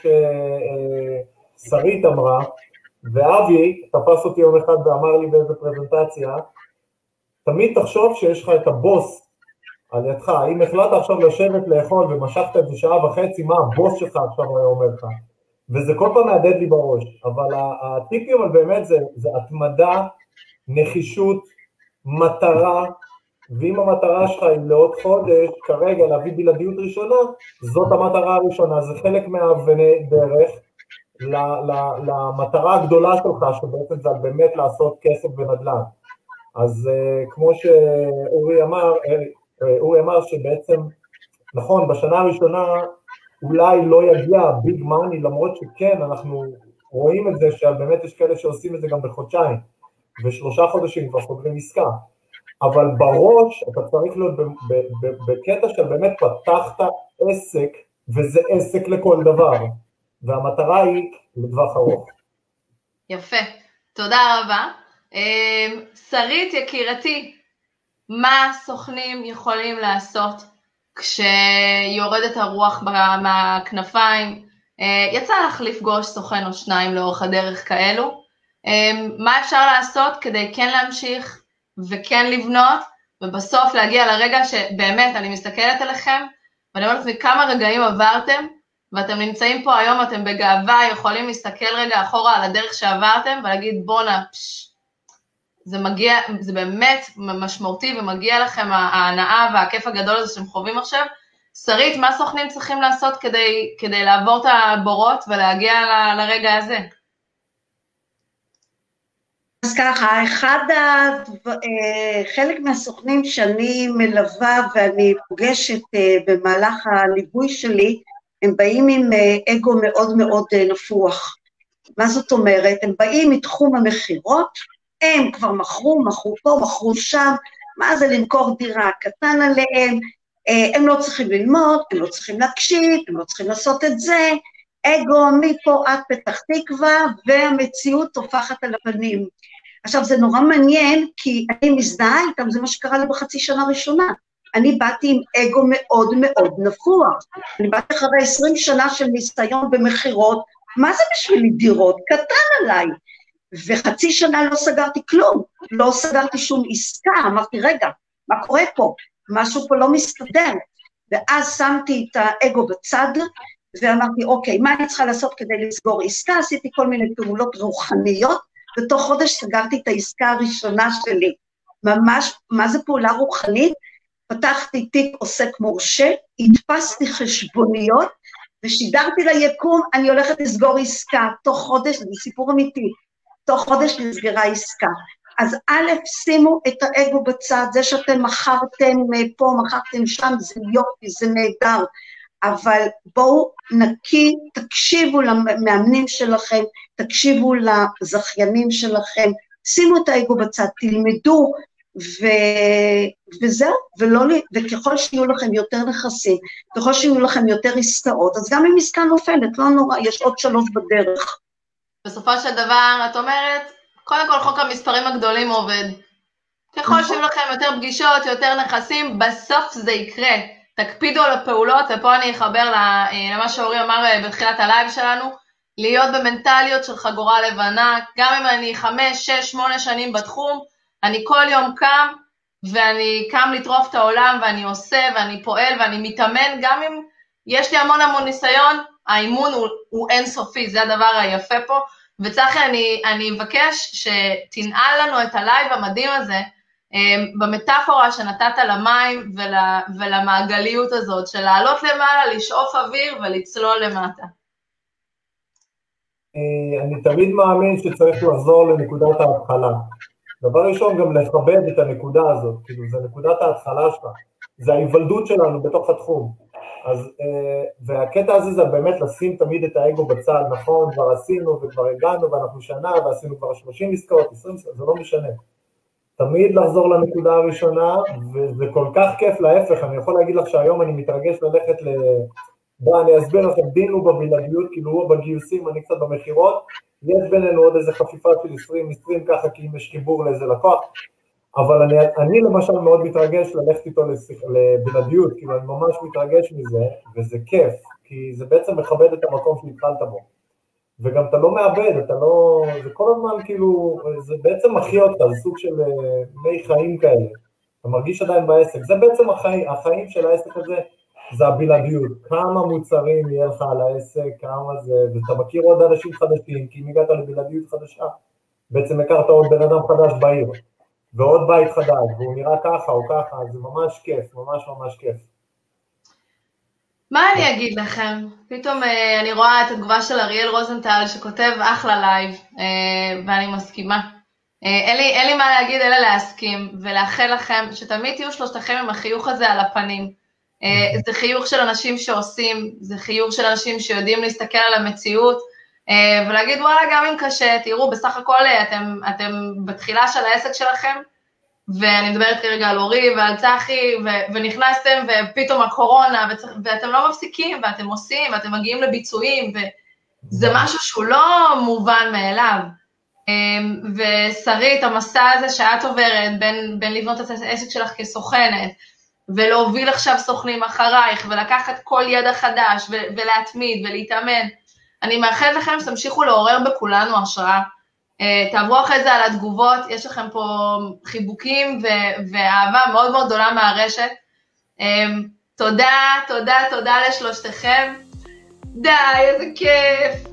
ששרית אמרה, ואבי תפס אותי יום אחד ואמר לי באיזה פרזנטציה, תמיד תחשוב שיש לך את הבוס על ידך, אם החלטת עכשיו לשבת לאכול ומשכת את זה 1.5 שעה, מה הבוס שלך עכשיו היה אומר לך, וזה כל פעם מהדהד לי בראש, אבל הטיפים אבל באמת זה התמדה, נחישות, מטרה, ואם המטרה שלך היא לעוד חודש, כרגע להביא בלעדיות ראשונה, זאת המטרה הראשונה, זה חלק מהאבני דרך למטרה הגדולה שלך, שבעצם זה באמת לעשות כסף ונדל"ן. אז כמו שאורי אמר שבעצם, נכון, בשנה הראשונה אולי לא יגיע ביג מאני, למרות שכן, אנחנו רואים את זה, שבאמת יש כאלה שעושים את זה גם בחודשיים, ו3 חודשים כבר חודרים עסקה. אבל בראש אתה צריך להיות בקטע של באמת פתחת עסק, וזה עסק לכל דבר, והמטרה היא לטווח ארוך. יפה, תודה רבה. שרית יקירתי, מה סוכנים יכולים לעשות כשיורדת הרוח מהכנפיים? יצא לך לפגוש סוכן או 2 לאורך הדרך כאלו, מה אפשר לעשות כדי כן להמשיך וכן לבנות, ובסוף להגיע לרגע שבאמת אני מסתכלת עליכם, ואני אומרת מכמה רגעים עברתם, ואתם נמצאים פה היום, אתם בגאווה, יכולים להסתכל רגע אחורה על הדרך שעברתם, ולהגיד בונה, זה באמת משמעותי, ומגיע לכם ההנאה והכיף הגדול הזה שאתם חווים עכשיו. שרית, מה סוכנים צריכים לעשות כדי לעבור את הבורות, ולהגיע לרגע הזה? אז ככה, חלק מהסוכנים שאני מלווה ואני פוגשת במהלך הליווי שלי, הם באים עם אגו מאוד מאוד נפוח. מה זאת אומרת? הם באים מתחום המחירות, הם כבר מכרו פה, מכרו שם, מה זה למכור דירה קטן עליהם, הם לא צריכים ללמוד, הם לא צריכים להקשיב, הם לא צריכים לעשות את זה, אגו מפה עד פתח תקווה, והמציאות תופחת על הפנים. עכשיו, זה נורא מעניין, כי אני מזדהה איתם, זה מה שקרה לי בחצי שנה ראשונה. אני באתי עם אגו מאוד מאוד נפוח. אני באתי אחרי 20 שנה של ניסיון במחירות, מה זה בשבילי דירות? קטן עליי. וחצי שנה לא סגרתי כלום, לא סגרתי שום עסקה, אמרתי, רגע, מה קורה פה? משהו פה לא מסתדר. ואז שמתי את האגו בצד, ואמרתי, אוקיי, מה אני צריכה לעשות כדי לסגור עסקה? עשיתי כל מיני פעולות רוחניות, בתוך חודש סגרתי את העסקה הראשונה שלי. ממש, מה זה פעולה רוחנית? פתחתי תיק עוסק מורשה, הדפסתי חשבוניות, ושידרתי ליקום, אני הולכת לסגור עסקה, תוך חודש, זה סיפור אמיתי, תוך חודש נסגרה עסקה. אז א', שימו את האגו בצד, זה שאתם מכרתם פה, מכרתם שם, זה יופי, זה נהדר, אבל בואו נקי, תקשיבו למאמנים שלכם, תקשיבו לזכיינים שלכם, שימו את האגו בצד, תלמדו, וזהו, וככל שיהיו לכם יותר נכסים, ככל שיהיו לכם יותר עסקאות, אז גם אם עסקה נופלת, לא נורא, יש עוד 3 בדרך. בסופו של דבר, את אומרת, קודם כל חוק המספרים הגדולים עובד. ככל שיהיו לכם יותר פגישות, יותר נכסים, בסוף זה יקרה. תקפידו על הפעולות, ופה אני אחבר למה שאורי אמר בתחילת הלייב שלנו, להיות במנטליות של חגורה לבנה, גם אם אני 5, 6, 8 שנים בתחום, אני כל יום קם, ואני קם לטרוף את העולם, ואני עושה, ואני פועל, ואני מתאמן, גם אם יש לי המון ניסיון, האימון הוא אינסופי, זה הדבר היפה פה, וצחי, אני מבקש שתנעל לנו את הלייב המדהים הזה, במטאפורה שנתת למים ולמעגליות הזאת, של לעלות למעלה, לשאוף אוויר ולצלול למטה. אני תמיד מאמין שצריך לחזור לנקודת ההתחלה. דבר ראשון, גם לכבד את הנקודה הזאת, כאילו זה נקודת ההתחלה שלך, זה ההיוולדות שלנו בתוך התחום. אז, והקטע הזה זה באמת לשים תמיד את האגו בצד, נכון, כבר עשינו וכבר הגענו ואנחנו שנה ועשינו כבר 30 עסקאות, 20 עסקאות, זה לא משנה. תמיד לחזור לנקודה הראשונה, וזה כל כך כיף להפך, אני יכול להגיד לך שהיום אני מתרגש ללכת בוא, אני אסביר לכם, דין הוא בבלעדיות, כאילו הוא בגיוסים, אני קצת במחירות, יש בינינו עוד איזה חפיפה של 20 ככה, כי אם יש חיבור לאיזה לקוח, אבל אני למשל מאוד מתרגש ללכת איתו לבלעדיות, כאילו אני ממש מתרגש מזה, וזה כיף, כי זה בעצם מכבד את המקום שהתחלת בו, וגם אתה לא מאבד, אתה לא, זה כל הזמן כאילו, זה בעצם מחיה אותך, זה סוג של מי חיים כאלה, אתה מרגיש עדיין בעסק, זה בעצם החיים של העסק הזה, זה הבלעדיות, כמה מוצרים יהיה לך על העסק, כמה זה, ואתה מכיר עוד אנשים חדשים, כי אם הגעת לבלעדיות חדשה, בעצם הכרת עוד בן אדם חדש בעיר, ועוד בית חדש, והוא נראה ככה או ככה, זה ממש כיף, ממש ממש כיף. מה אני אגיד לכם? פתאום אני רואה את התגובה של אריאל רוזנטל, שכותב אחלה לייב, ואני מסכימה. אין לי מה להגיד, אלא להסכים, ולאחל לכם שתמיד תהיו שלושתכם עם החיוך הזה על הפנים. זה חיוך של אנשים שעושים, זה חיוך של אנשים שיודעים להסתכל על המציאות, ולהגיד וואלה גם אם קשה, תראו בסך הכל אתם בתחילה של העסק שלכם, ואני מדברת כרגע על אורי ועל צחי, ונכנסתם ופתאום הקורונה, ואתם לא מפסיקים, ואתם עושים, ואתם מגיעים לביצועים, וזה משהו שהוא לא מובן מאליו. ושרית, המסע הזה שאת עוברת, בין לבנות את העסק שלך כסוכנת, ולהוביל עכשיו סוכנים אחרייך, ולקחת כל ידע חדש, ולהתמיד, ולהתאמן. אני מאחלת לכם שתמשיכו לעורר בכולנו השראה. תעברו אחרי זה על התגובות, יש לכם פה חיבוקים, ואהבה מאוד מאוד גדולה מהרשת. תודה, תודה, תודה לשלושתכם. די, איזה כיף.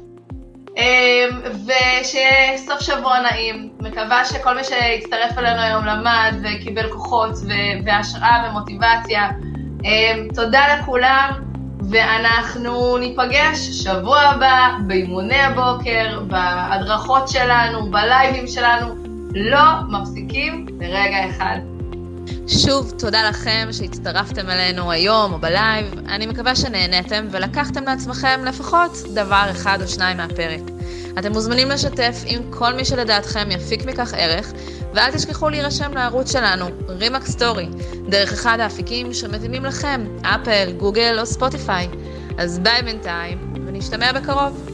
ושיהיה סוף שבוע נעים. מקווה שכל מי שהצטרף אלינו היום למד וקיבל כוחות והשראה ומוטיבציה. תודה לכולם, ואנחנו ניפגש שבוע הבא באימוני הבוקר, בהדרכות שלנו, בלייבים שלנו. לא מפסיקים לרגע אחד. שוב, תודה לכם שהצטרפתם אלינו היום או בלייב. אני מקווה שנהנתם ולקחתם לעצמכם לפחות דבר אחד או שניים מהפרק. אתם מוזמנים לשתף עם כל מי שלדעתכם יפיק מכך ערך, ואל תשכחו להירשם לערוץ שלנו, רימאק סטורי, דרך אחד האפיקים שמתאימים לכם, אפל, גוגל או ספוטיפיי. אז ביי בינתיים, ונשתמע בקרוב.